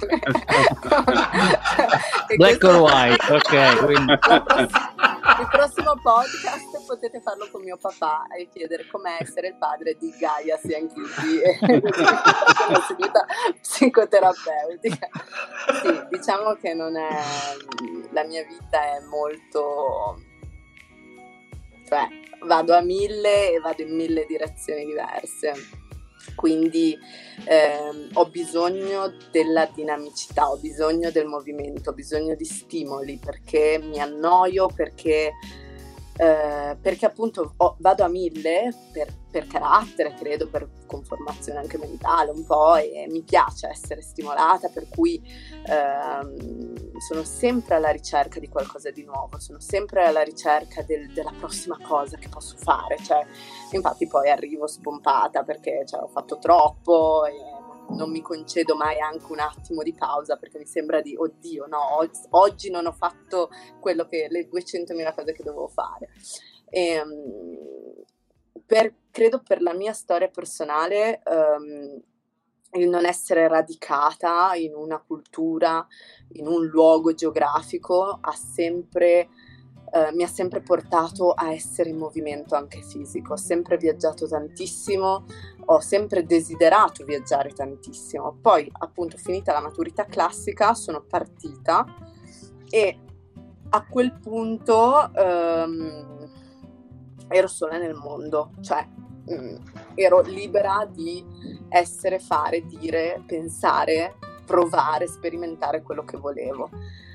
Black or white, ok. Quindi. Il prossimo podcast potete farlo con mio papà e chiedere com'è essere il padre di Gaia Sianchiti e una seduta psicoterapeutica. Sì, diciamo che non è, la mia vita è molto, cioè vado a mille e vado in mille direzioni diverse, quindi ehm, ho bisogno della dinamicità, ho bisogno del movimento, ho bisogno di stimoli, perché mi annoio, perché eh, perché appunto ho, vado a mille per, per carattere, credo, per conformazione anche mentale un po', e mi piace essere stimolata, per cui ehm, sono sempre alla ricerca di qualcosa di nuovo, sono sempre alla ricerca del, della prossima cosa che posso fare, cioè infatti poi arrivo spompata perché cioè, ho fatto troppo e non mi concedo mai anche un attimo di pausa, perché mi sembra di oddio no, oggi, oggi non ho fatto quello che le duecentomila cose che dovevo fare. E, per, credo per la mia storia personale um, il non essere radicata in una cultura, in un luogo geografico, ha sempre, eh, mi ha sempre portato a essere in movimento anche fisico. Ho sempre viaggiato tantissimo, ho sempre desiderato viaggiare tantissimo. Poi, appunto, finita la maturità classica, sono partita e a quel punto ehm, ero sola nel mondo, cioè mh, ero libera di essere, fare, dire, pensare, provare, sperimentare quello che volevo.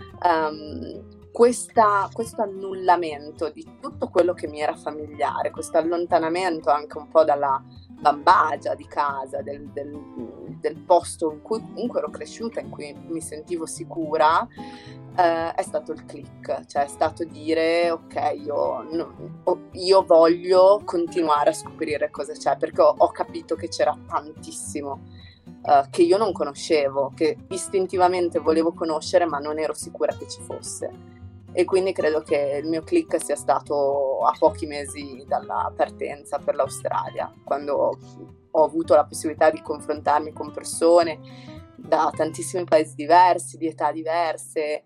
Um, questa, questo annullamento di tutto quello che mi era familiare, questo allontanamento anche un po' dalla bambagia di casa, del, del, del posto in cui comunque ero cresciuta, in cui mi sentivo sicura, eh, è stato il click, cioè è stato dire ok, io, no, io voglio continuare a scoprire cosa c'è, perché ho, ho capito che c'era tantissimo eh, che io non conoscevo, che istintivamente volevo conoscere ma non ero sicura che ci fosse. E quindi credo che il mio click sia stato a pochi mesi dalla partenza per l'Australia, quando ho avuto la possibilità di confrontarmi con persone da tantissimi paesi diversi, di età diverse.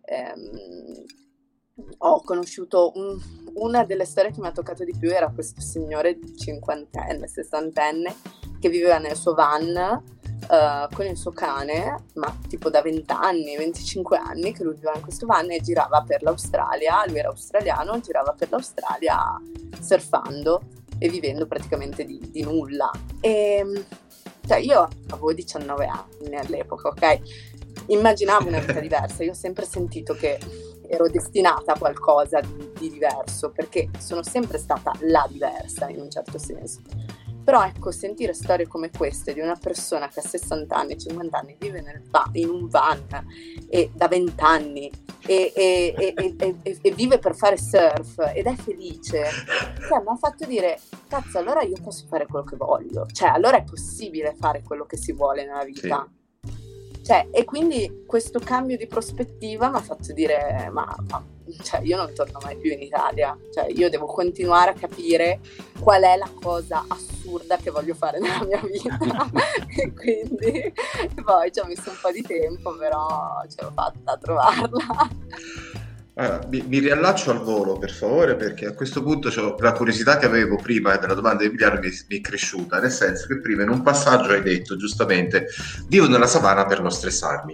Ehm, ho conosciuto un, una delle storie che mi ha toccato di più era questo signore cinquantenne, sessantenne, che viveva nel suo van Uh, con il suo cane, ma tipo da venti anni, venticinque anni che lui viveva in questo van e girava per l'Australia. Lui era australiano, girava per l'Australia surfando e vivendo praticamente di, di nulla. E cioè io avevo diciannove anni all'epoca, ok? Immaginavo una vita diversa. Io ho sempre sentito che ero destinata a qualcosa di, di diverso, perché sono sempre stata la diversa in un certo senso. Però ecco, sentire storie come queste di una persona che a sessanta anni, cinquanta anni vive nel va- in un van e da venti anni e, e, e, e, e, e vive per fare surf ed è felice, cioè, mi ha fatto dire cazzo, allora io posso fare quello che voglio, cioè allora è possibile fare quello che si vuole nella vita. Sì. Cioè, e quindi questo cambio di prospettiva mi ha fatto dire ma, ma cioè, io non torno mai più in Italia, cioè io devo continuare a capire qual è la cosa assurda che voglio fare nella mia vita. E quindi poi ci ho messo un po' di tempo, però ce l'ho fatta a trovarla. Allora, mi, mi riallaccio al volo per favore, perché a questo punto c'ho la curiosità che avevo prima della domanda di Emiliano mi, mi è cresciuta, nel senso che prima in un passaggio hai detto giustamente vivo nella savana per non stressarmi,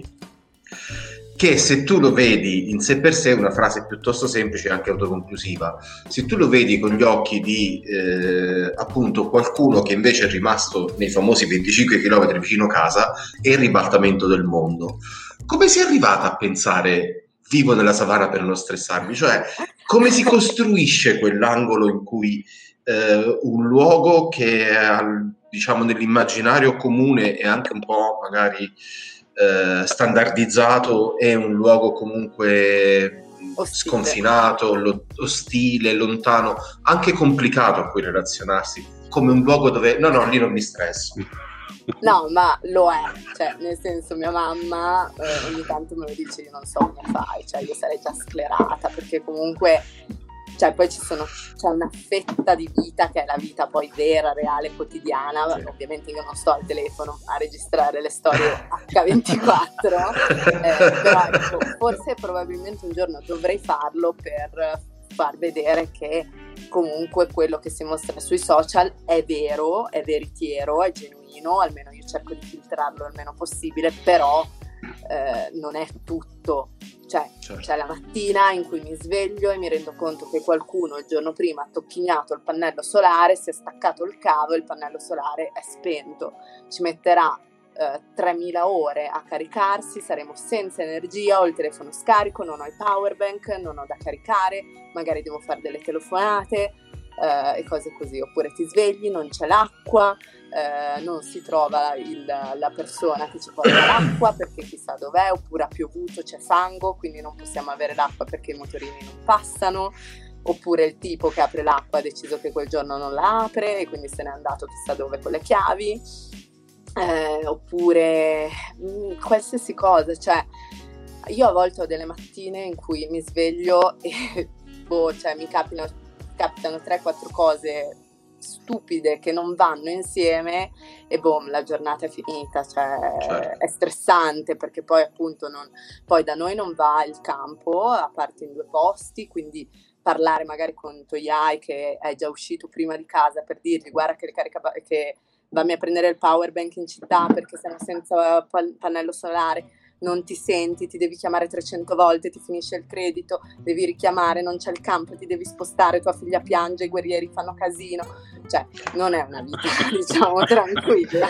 che se tu lo vedi in sé per sé è una frase piuttosto semplice e anche autoconclusiva. Se tu lo vedi con gli occhi di eh, appunto qualcuno che invece è rimasto nei famosi venticinque chilometri vicino casa, è il ribaltamento del mondo. Come sei arrivata a pensare vivo nella savana per non stressarmi? Cioè, come si costruisce quell'angolo in cui eh, un luogo che è, diciamo, nell'immaginario comune e anche un po' magari eh, standardizzato è un luogo comunque ostile, sconfinato, lo, ostile, lontano, anche complicato a cui relazionarsi, come un luogo dove no, no, lì non mi stresso. No, ma lo è, cioè nel senso mia mamma eh, ogni tanto me lo dice, io non so come fai, cioè io sarei già sclerata, perché comunque cioè poi ci sono, c'è una fetta di vita che è la vita poi vera, reale, quotidiana. Sì. Ovviamente io non sto al telefono a registrare le storie acca ventiquattro, eh, però ecco, forse probabilmente un giorno dovrei farlo per far vedere che comunque quello che si mostra sui social è vero, è veritiero, è genuino, almeno io cerco di filtrarlo il meno possibile, però eh, non è tutto. Cioè, certo. C'è la mattina in cui mi sveglio e mi rendo conto che qualcuno il giorno prima ha tocchignato il pannello solare, si è staccato il cavo e il pannello solare è spento. Ci metterà eh, tremila ore a caricarsi, saremo senza energia, ho il telefono scarico, non ho il power bank, non ho da caricare, magari devo fare delle telefonate eh, e cose così. Oppure ti svegli, non c'è l'acqua, Eh, non si trova il, la persona che ci porta l'acqua perché chissà dov'è, oppure ha piovuto, c'è fango, quindi non possiamo avere l'acqua perché i motorini non passano, oppure il tipo che apre l'acqua ha deciso che quel giorno non la apre e quindi se n'è andato chissà dove con le chiavi, eh, oppure mh, qualsiasi cosa. Cioè io a volte ho delle mattine in cui mi sveglio e boh, cioè mi capitano, capitano tre quattro cose stupide che non vanno insieme e boom, la giornata è finita, cioè Certo. è stressante perché poi appunto non, poi da noi non va il campo, a parte in due posti, quindi parlare magari con Toyai che è già uscito prima di casa per dirgli guarda che, le carica, che vammi a prendere il power bank in città perché siamo senza pal- pannello solare, non ti senti, ti devi chiamare trecento volte, ti finisce il credito, devi richiamare, non c'è il campo, ti devi spostare, tua figlia piange, i guerrieri fanno casino, cioè non è una vita diciamo tranquilla.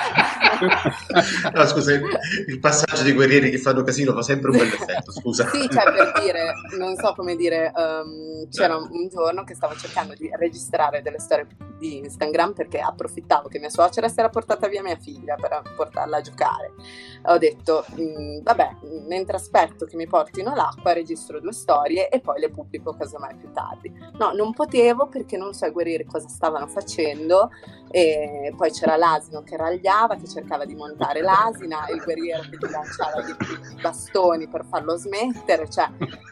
No, scusa, il passaggio dei guerrieri che fanno casino fa sempre un bel effetto, scusa. Sì, cioè per dire, non so come dire, um, c'era un giorno che stavo cercando di registrare delle storie di Instagram perché approfittavo che mia suocera si era portata via mia figlia per portarla a giocare. Ho detto, mh, vabbè, mentre aspetto che mi portino l'acqua registro due storie e poi le pubblico casomai più tardi. No, non potevo perché non so i guerrieri cosa stavano facendo e poi c'era l'asino che ragliava, che cercava di montare l'asina, il guerriero che ti lanciava i bastoni per farlo smettere, cioè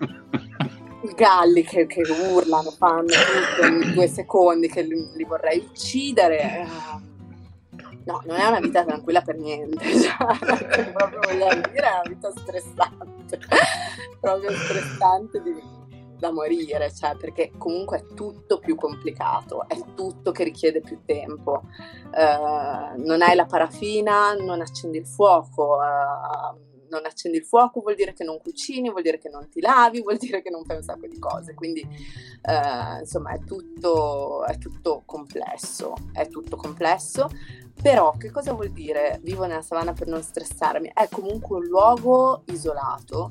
i galli che, che urlano, fanno tutto in due secondi che li, li vorrei uccidere. No, non è una vita tranquilla per niente, cioè, proprio vogliamo dire, è una vita stressante, proprio stressante di, da morire, cioè, perché comunque è tutto più complicato, è tutto che richiede più tempo, uh, non hai la paraffina, non accendi il fuoco, uh, non accendi il fuoco vuol dire che non cucini, vuol dire che non ti lavi, vuol dire che non fai un sacco di cose, quindi uh, insomma è tutto, è tutto complesso, è tutto complesso. Però che cosa vuol dire vivo nella savana per non stressarmi? È comunque un luogo isolato,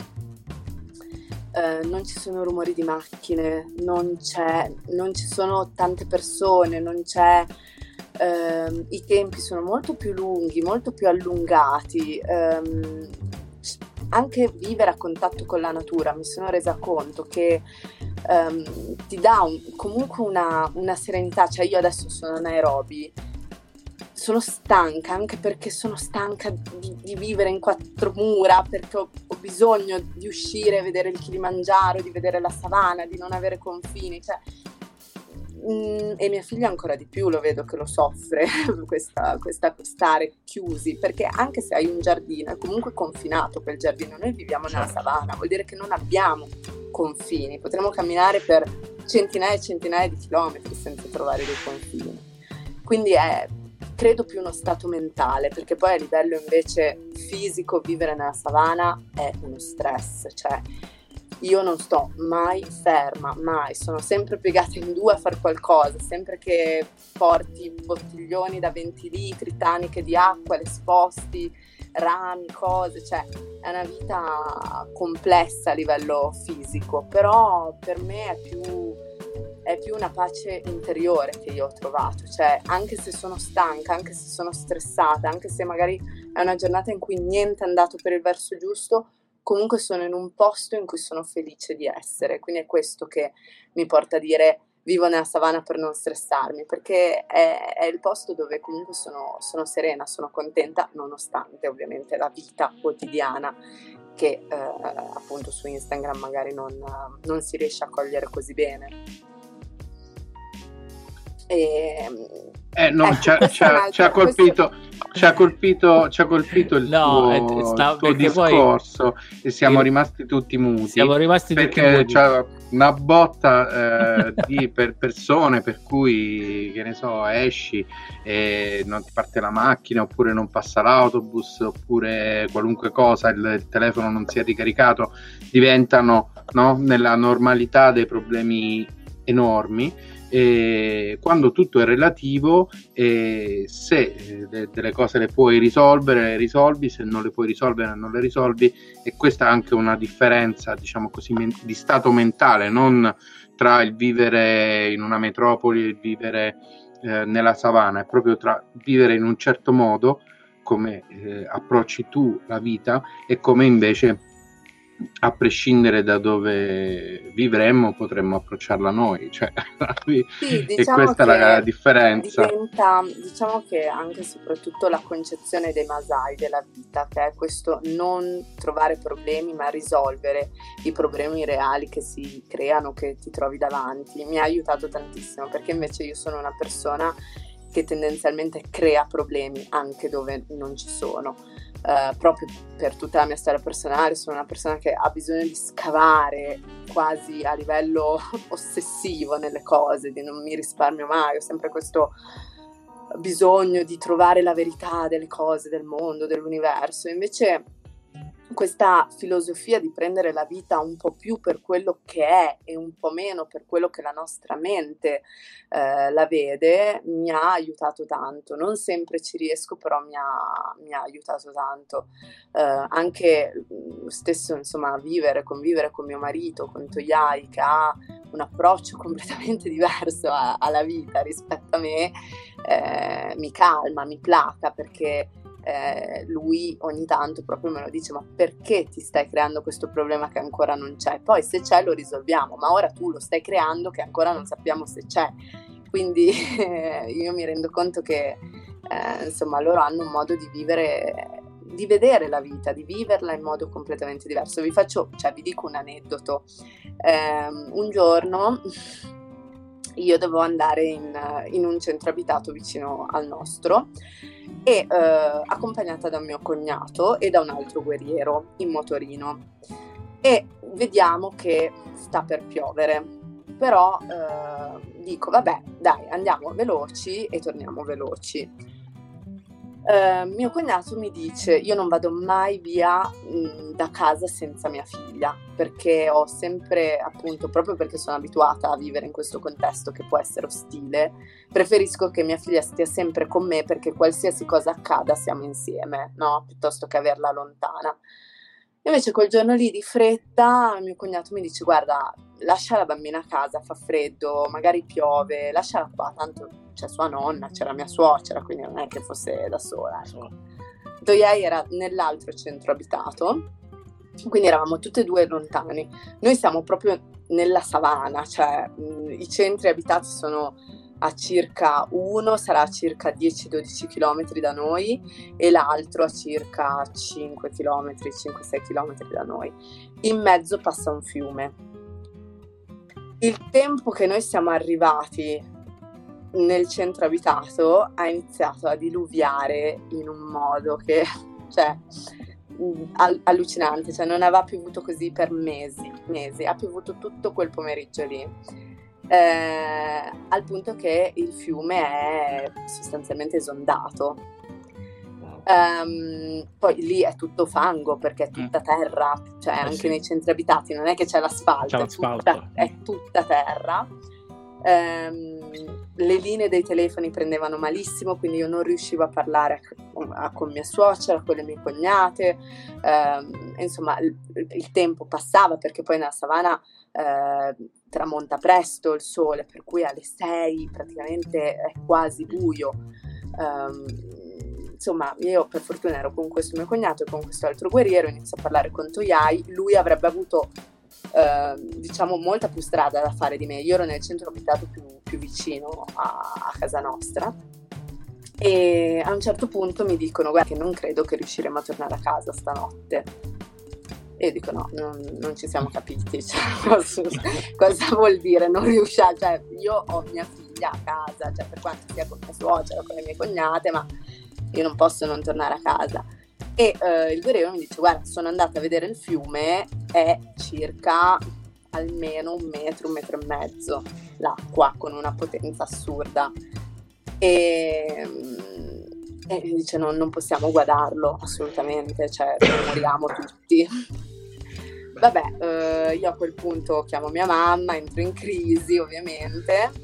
eh, non ci sono rumori di macchine, non c'è, non ci sono tante persone, non c'è, ehm, i tempi sono molto più lunghi, molto più allungati, ehm, anche vivere a contatto con la natura, mi sono resa conto che ehm, ti dà un, comunque una, una serenità, cioè io adesso sono anaerobi, sono stanca anche perché sono stanca di, di vivere in quattro mura, perché ho, ho bisogno di uscire, vedere il Kilimangiaro, di vedere la savana, di non avere confini, cioè, mh, e mia figlia ancora di più lo vedo che lo soffre questa, questa stare chiusi, perché anche se hai un giardino è comunque confinato quel giardino, noi viviamo nella savana, vuol dire che non abbiamo confini, potremmo camminare per centinaia e centinaia di chilometri senza trovare dei confini, quindi è credo più uno stato mentale, perché poi a livello invece fisico vivere nella savana è uno stress, cioè io non sto mai ferma, mai, sono sempre piegata in due a fare qualcosa, sempre che porti bottiglioni da venti litri, taniche di acqua, le sposti, rami, cose, cioè è una vita complessa a livello fisico, però per me è più è più una pace interiore che io ho trovato, cioè anche se sono stanca, anche se sono stressata, anche se magari è una giornata in cui niente è andato per il verso giusto, comunque sono in un posto in cui sono felice di essere, quindi è questo che mi porta a dire vivo nella savana per non stressarmi, perché è, è il posto dove comunque sono, sono serena, sono contenta, nonostante ovviamente la vita quotidiana che eh, appunto su Instagram magari non, non si riesce a cogliere così bene. E, eh no, ecco, ci ha, ci ha, ci ha colpito questo... ci ha colpito ci ha colpito il no, tuo, sta, il tuo discorso poi... e siamo il... rimasti tutti muti siamo rimasti perché tutti muti. C'è una botta eh, di per persone per cui che ne so esci e non ti parte la macchina oppure non passa l'autobus oppure qualunque cosa, il, il telefono non si è ricaricato, diventano no, nella normalità dei problemi enormi. E quando tutto è relativo, e se eh, de- delle cose le puoi risolvere, le risolvi, se non le puoi risolvere, non le risolvi, e questa è anche una differenza, diciamo così, men- di stato mentale, non tra il vivere in una metropoli e il vivere eh, nella savana, è proprio tra vivere in un certo modo, come eh, approcci tu la vita, e come invece a prescindere da dove vivremmo potremmo approcciarla noi, cioè, Sì, e diciamo questa è la che differenza. diventa, diciamo che anche e soprattutto la concezione dei masai della vita, che è questo non trovare problemi ma risolvere i problemi reali che si creano, che ti trovi davanti, mi ha aiutato tantissimo, perché invece io sono una persona che tendenzialmente crea problemi anche dove non ci sono. Uh, proprio per tutta la mia storia personale sono una persona che ha bisogno di scavare quasi a livello ossessivo nelle cose, di non mi risparmio mai, ho sempre questo bisogno di trovare la verità delle cose, del mondo, dell'universo. Invece questa filosofia di prendere la vita un po' più per quello che è e un po' meno per quello che la nostra mente eh, la vede mi ha aiutato tanto. Non sempre ci riesco, però mi ha, mi ha aiutato tanto. Eh, anche lo stesso, insomma, vivere, convivere con mio marito, con Toyai, che ha un approccio completamente diverso a, alla vita rispetto a me, eh, mi calma, mi placa, perché Eh, lui ogni tanto proprio me lo dice: ma perché ti stai creando questo problema che ancora non c'è? Poi se c'è lo risolviamo, ma ora tu lo stai creando che ancora non sappiamo se c'è. Quindi eh, io mi rendo conto che eh, insomma loro hanno un modo di vivere, di vedere la vita, di viverla in modo completamente diverso. Vi faccio, cioè vi dico un aneddoto. Eh, un giorno io dovevo andare in, in un centro abitato vicino al nostro e eh, accompagnata da mio cognato e da un altro guerriero in motorino, e vediamo che sta per piovere, però eh, dico vabbè dai, andiamo veloci e torniamo veloci. Uh, mio cognato mi dice: io non vado mai via mh, da casa senza mia figlia, perché ho sempre, appunto, proprio perché sono abituata a vivere in questo contesto che può essere ostile, preferisco che mia figlia stia sempre con me, perché qualsiasi cosa accada siamo insieme, no? Piuttosto che averla lontana. Invece quel giorno lì di fretta mio cognato mi dice: guarda, lascia la bambina a casa, fa freddo, magari piove, lasciala qua, tanto c'è sua nonna, c'era mia suocera, quindi non è che fosse da sola, ecco. Toyai era nell'altro centro abitato, quindi eravamo tutte e due lontani. Noi siamo proprio nella savana, cioè mh, i centri abitati sono a circa uno, sarà a circa dieci dodici chilometri da noi, e l'altro a circa cinque chilometri, cinque sei chilometri da noi. In mezzo passa un fiume. Il tempo che noi siamo arrivati nel centro abitato ha iniziato a diluviare in un modo che, cioè, allucinante, cioè non aveva piovuto così per mesi, mesi, ha piovuto tutto quel pomeriggio lì. Eh, al punto che il fiume è sostanzialmente esondato. Um, poi lì è tutto fango, perché è tutta terra, cioè eh anche sì. Nei centri abitati non è che c'è l'asfalto, c'è l'asfalto. È, tutta, è tutta terra. Um, le linee dei telefoni prendevano malissimo, quindi io non riuscivo a parlare a, a, con mia suocera, con le mie cognate. Um, insomma il, il tempo passava, perché poi nella savana eh, tramonta presto il sole, per cui alle sei praticamente è quasi buio. Um, insomma, io per fortuna ero con questo mio cognato e con questo altro guerriero, inizio a parlare con Toyai. Lui avrebbe avuto eh, diciamo molta più strada da fare di me, io ero nel centro abitato più, più vicino a, a casa nostra, e a un certo punto mi dicono: guarda che non credo che riusciremo a tornare a casa stanotte. E io dico: no, non, non ci siamo capiti, cioè, cosa, cosa vuol dire non riusciamo? Cioè, io ho mia figlia a casa, cioè per quanto sia con mia suocera, con le mie cognate, ma io non posso non tornare a casa. E eh, il guerriero mi dice: guarda, sono andata a vedere il fiume, è circa almeno un metro, un metro e mezzo l'acqua, con una potenza assurda, e, e dice: no, non possiamo guardarlo assolutamente, cioè moriamo tutti. Vabbè, eh, io a quel punto chiamo mia mamma, entro in crisi ovviamente,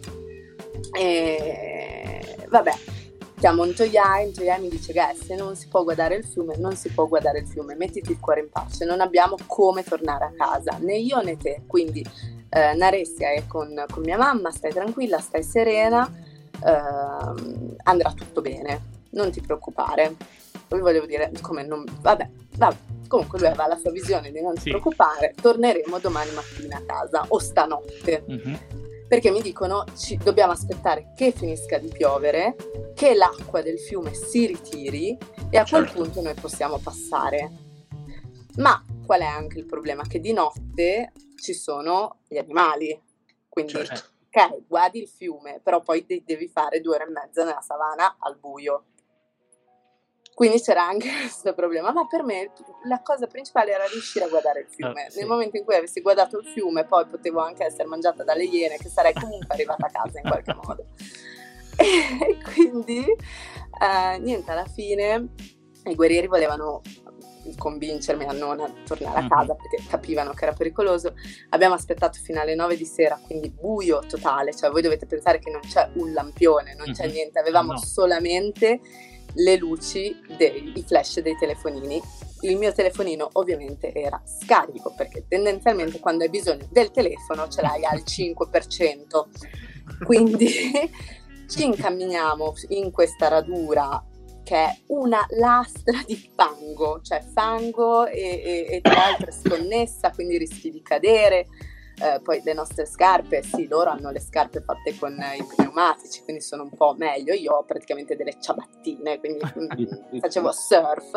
e vabbè, chiamo un Toyai, un Toyai mi dice: Gai, se non si può guardare il fiume, non si può guardare il fiume, mettiti il cuore in pace, non abbiamo come tornare a casa, né io né te, quindi eh, Naressia è con, con mia mamma, stai tranquilla, stai serena, eh, andrà tutto bene, non ti preoccupare. Poi volevo dire, come non, vabbè, vabbè. Comunque lui aveva la sua visione di non ti Sì. preoccupare, torneremo domani mattina a casa o stanotte. Mm-hmm. Perché mi dicono ci dobbiamo aspettare che finisca di piovere, che l'acqua del fiume si ritiri e a quel Certo. punto noi possiamo passare. Ma qual è anche il problema? Che di notte ci sono gli animali, quindi Certo. ok, guardi il fiume, però poi de- devi fare due ore e mezza nella savana al buio. Quindi c'era anche questo problema, ma per me la cosa principale era riuscire a guardare il fiume. Ah, sì. Nel momento in cui avessi guardato il fiume, poi potevo anche essere mangiata dalle iene, che sarei comunque arrivata a casa in qualche modo. E quindi, eh, niente, alla fine i guerrieri volevano convincermi a non tornare a casa perché capivano che era pericoloso. Abbiamo aspettato fino alle nove di sera, quindi buio totale, cioè voi dovete pensare che non c'è un lampione, non c'è Mhm. niente, avevamo No. solamente le luci, dei, i flash dei telefonini. Il mio telefonino ovviamente era scarico, perché tendenzialmente quando hai bisogno del telefono ce l'hai al cinque per cento. Quindi ci incamminiamo in questa radura che è una lastra di fango, cioè fango e, e, e tra l'altro è sconnessa, quindi rischi di cadere. Eh, poi le nostre scarpe, sì, loro hanno le scarpe fatte con eh, i pneumatici, quindi sono un po' meglio. Io ho praticamente delle ciabattine, quindi mm, facevo surf.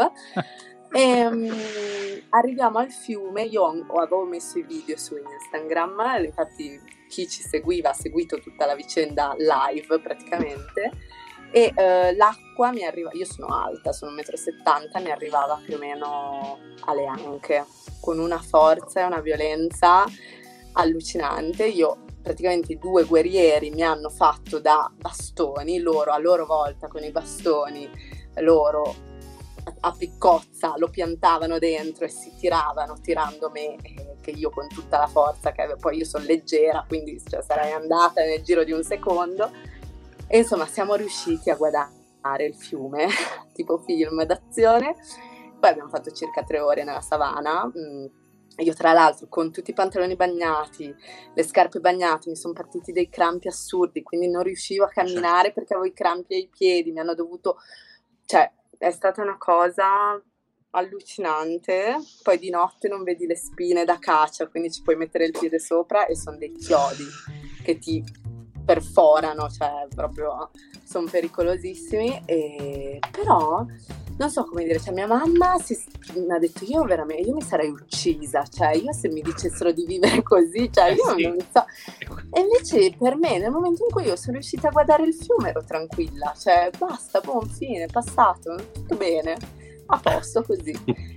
E, um, arriviamo al fiume. Io ho, avevo messo i video su Instagram, infatti chi ci seguiva ha seguito tutta la vicenda live praticamente. E uh, l'acqua mi arriva, io sono alta, sono un metro e settanta, mi arrivava più o meno alle anche, con una forza e una violenza allucinante. Io praticamente i due guerrieri mi hanno fatto da bastoni, loro a loro volta con i bastoni loro a piccozza lo piantavano dentro e si tiravano tirando me, eh, che io con tutta la forza che avevo, poi io sono leggera, quindi cioè, sarei andata nel giro di un secondo. E insomma siamo riusciti a guardare il fiume tipo film d'azione. Poi abbiamo fatto circa tre ore nella savana. Io tra l'altro con tutti i pantaloni bagnati, le scarpe bagnate, mi sono partiti dei crampi assurdi, quindi non riuscivo a camminare, certo, perché avevo i crampi ai piedi, mi hanno dovuto, cioè è stata una cosa allucinante. Poi di notte non vedi le spine da caccia, quindi ci puoi mettere il piede sopra e sono dei chiodi che ti perforano, cioè proprio sono pericolosissimi. E però non so come dire, cioè mia mamma si, mi ha detto io veramente, io mi sarei uccisa, cioè io se mi dicessero di vivere così, cioè io eh sì. non so. E invece per me nel momento in cui io sono riuscita a guardare il fiume ero tranquilla, cioè basta, buon fine, passato, tutto bene, a posto così.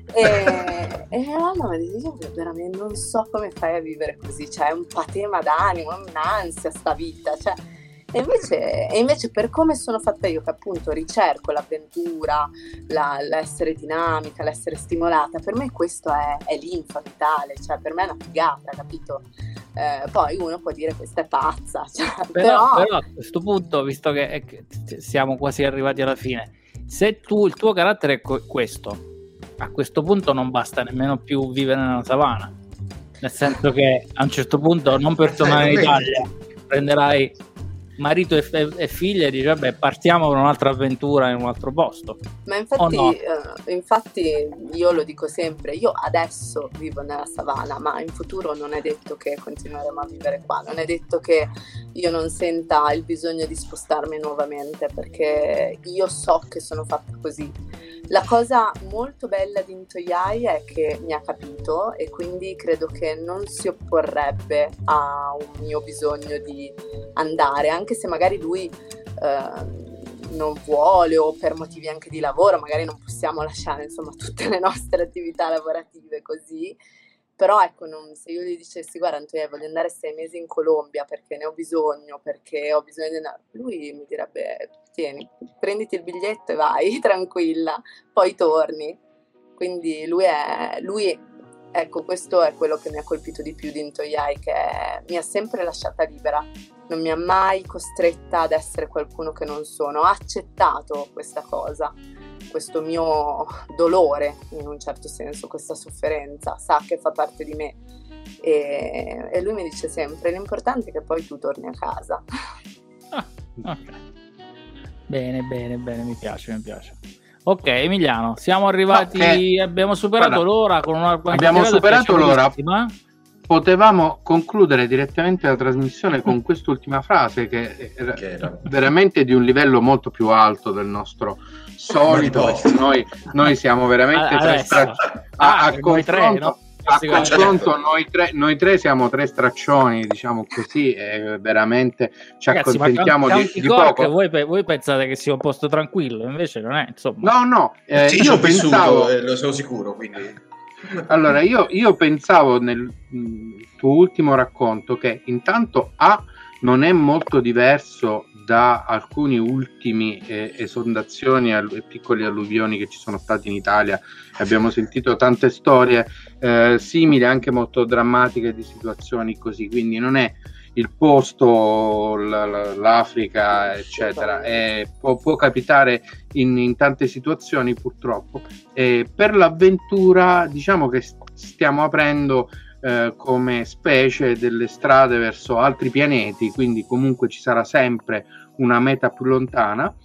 E, e mia mamma mi ha detto io veramente non so come fai a vivere così, cioè è un patema d'animo, un'ansia sta vita, cioè. E invece, e invece per come sono fatta io, che appunto ricerco l'avventura, la, l'essere dinamica, l'essere stimolata, per me questo è, è l'infa vitale, cioè per me è una figata, capito? Eh, poi uno può dire questa è pazza, cioè, però, però... però a questo punto, visto che, è, che siamo quasi arrivati alla fine, se tu il tuo carattere è questo, a questo punto non basta nemmeno più vivere nella savana, nel senso che a un certo punto non per tornare in Italia prenderai marito e, f- e figlia e dici vabbè partiamo per un'altra avventura in un altro posto. Ma infatti, no? eh, infatti io lo dico sempre, io adesso vivo nella savana, ma in futuro non è detto che continueremo a vivere qua, non è detto che io non senta il bisogno di spostarmi nuovamente, perché io so che sono fatta così. La cosa molto bella di Ntoyai è che mi ha capito e quindi credo che non si opporrebbe a un mio bisogno di andare, anche se magari lui eh, non vuole o per motivi anche di lavoro, magari non possiamo lasciare insomma tutte le nostre attività lavorative così, però ecco, non, se io gli dicessi guarda Ntoyai voglio andare sei mesi in Colombia perché ne ho bisogno, perché ho bisogno di... lui mi direbbe tieni, prenditi il biglietto e vai tranquilla, poi torni. Quindi lui è lui ecco, questo è quello che mi ha colpito di più di Ntoyai, che è, mi ha sempre lasciata libera, non mi ha mai costretta ad essere qualcuno che non sono, ha accettato questa cosa, questo mio dolore in un certo senso, questa sofferenza, sa che fa parte di me e, e lui mi dice sempre l'importante è che poi tu torni a casa. Ah, ok. Bene, bene, bene, mi piace, mi piace. Ok, Emiliano, siamo arrivati, okay. abbiamo superato Guarda, l'ora con una abbiamo superato l'ora. Potevamo concludere direttamente la trasmissione con quest'ultima frase che era, che era veramente di un livello molto più alto del nostro solito, perché noi, noi siamo veramente tre straccioni a, a confronto, no? a confronto noi, tre, noi tre siamo tre straccioni, diciamo così, e veramente ci Ragazzi, accontentiamo di, di poco. Voi, voi pensate che sia un posto tranquillo, invece non è, insomma. No, no, eh, sì, io pensavo, eh, lo sono sicuro, quindi... Allora, io, io pensavo nel mh, tuo ultimo racconto che intanto A non è molto diverso da alcuni ultimi eh, esondazioni e piccoli alluvioni che ci sono stati in Italia. Abbiamo sentito tante storie eh, simili, anche molto drammatiche, di situazioni così, quindi non è il posto, l'Africa, eccetera. E può, può capitare in, in tante situazioni, purtroppo. E per l'avventura, diciamo che stiamo aprendo eh, come specie delle strade verso altri pianeti, quindi comunque ci sarà sempre una meta più lontana.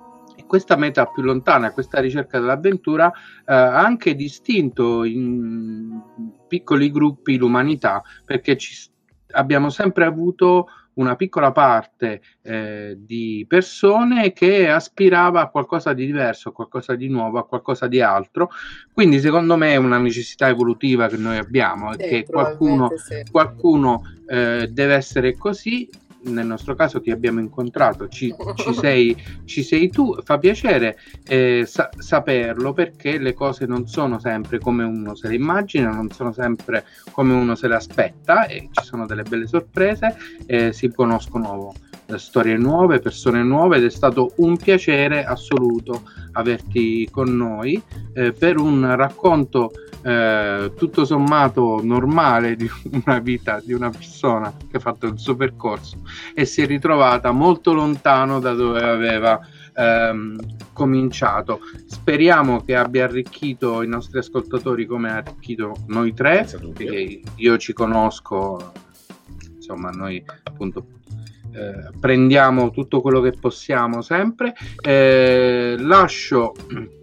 E questa meta più lontana, questa ricerca dell'avventura, eh, ha anche distinto in piccoli gruppi l'umanità, perché ci abbiamo sempre avuto una piccola parte eh, di persone che aspirava a qualcosa di diverso, a qualcosa di nuovo, a qualcosa di altro. Quindi secondo me è una necessità evolutiva che noi abbiamo, sì, che qualcuno, sì. qualcuno eh, deve essere così. Nel nostro caso ti abbiamo incontrato, ci, ci, sei, ci sei tu, fa piacere eh, sa- saperlo, perché le cose non sono sempre come uno se le immagina, non sono sempre come uno se le aspetta, e ci sono delle belle sorprese, eh, si conoscono eh, storie nuove, persone nuove, ed è stato un piacere assoluto averti con noi eh, per un racconto Eh, tutto sommato normale di una vita di una persona che ha fatto il suo percorso e si è ritrovata molto lontano da dove aveva ehm, cominciato. Speriamo che abbia arricchito i nostri ascoltatori come ha arricchito noi tre, perché io ci conosco, insomma, noi appunto eh, prendiamo tutto quello che possiamo sempre. Eh, lascio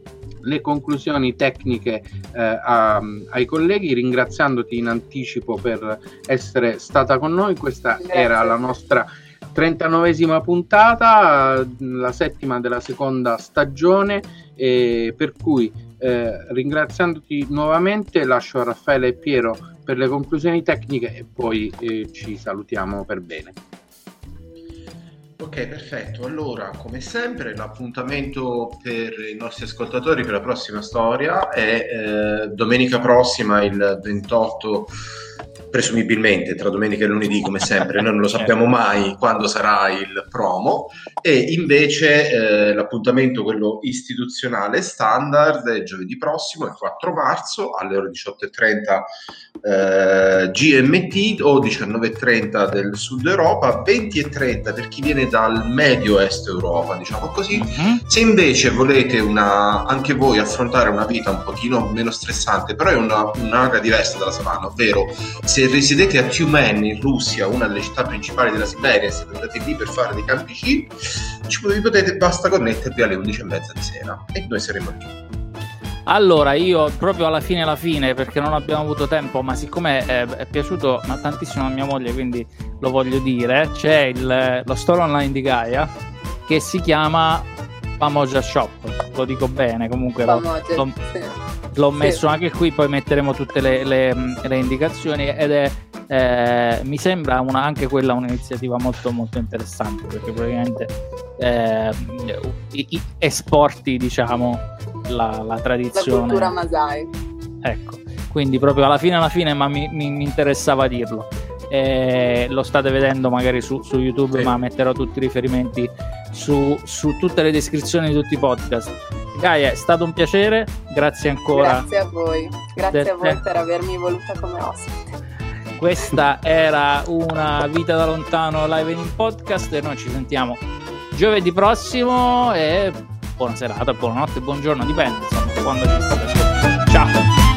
le conclusioni tecniche eh, a, ai colleghi, ringraziandoti in anticipo per essere stata con noi. Questa Grazie. Era la nostra trentanovesima puntata, la settima della seconda stagione, e per cui eh, ringraziandoti nuovamente lascio a Raffaele e Piero per le conclusioni tecniche e poi eh, ci salutiamo per bene. Ok, perfetto. Allora, come sempre, l'appuntamento per i nostri ascoltatori per la prossima storia è eh, domenica prossima, il ventotto, presumibilmente tra domenica e lunedì, come sempre. Noi non lo sappiamo mai quando sarà il promo. E invece eh, l'appuntamento, quello istituzionale standard, è giovedì prossimo, il quattro marzo, alle ore diciotto e trenta eh, G M T o diciannove e trenta del Sud Europa, venti e trenta per chi viene dal medio est Europa, diciamo così. Mm-hmm. Se invece volete una, anche voi affrontare una vita un pochino meno stressante, però è una, un'area diversa dalla savana, ovvero se risiedete a Tyumen in Russia, una delle città principali della Siberia, e siete andati lì per fare dei campi sci, ci potete, basta connettervi alle undici e mezza di sera e noi saremo lì. Allora, io proprio alla fine alla fine, perché non abbiamo avuto tempo, ma siccome è, è piaciuto ma tantissimo a mia moglie, quindi lo voglio dire, c'è il, lo store online di Gaia che si chiama Pamoja Shop, lo dico bene, comunque Pamoja, l'ho, l'ho, sì. l'ho messo sì. anche qui, poi metteremo tutte le, le, le indicazioni, ed è eh, mi sembra una, anche quella un'iniziativa molto molto interessante, perché praticamente eh, i, i, esporti, diciamo, la, la tradizione, la cultura Masai, ecco, quindi proprio alla fine alla fine, ma mi, mi, mi interessava dirlo. Eh, lo state vedendo magari su, su YouTube, sì. ma metterò tutti i riferimenti su, su tutte le descrizioni di tutti i podcast. Gaia, è stato un piacere, grazie ancora. Grazie a voi, grazie del... a voi per avermi voluta come ospite. Questa era una Vita da Lontano live in podcast e noi ci sentiamo giovedì prossimo, e buona serata, buonanotte, buongiorno, dipende insomma quando ci state ascoltando. Ciao.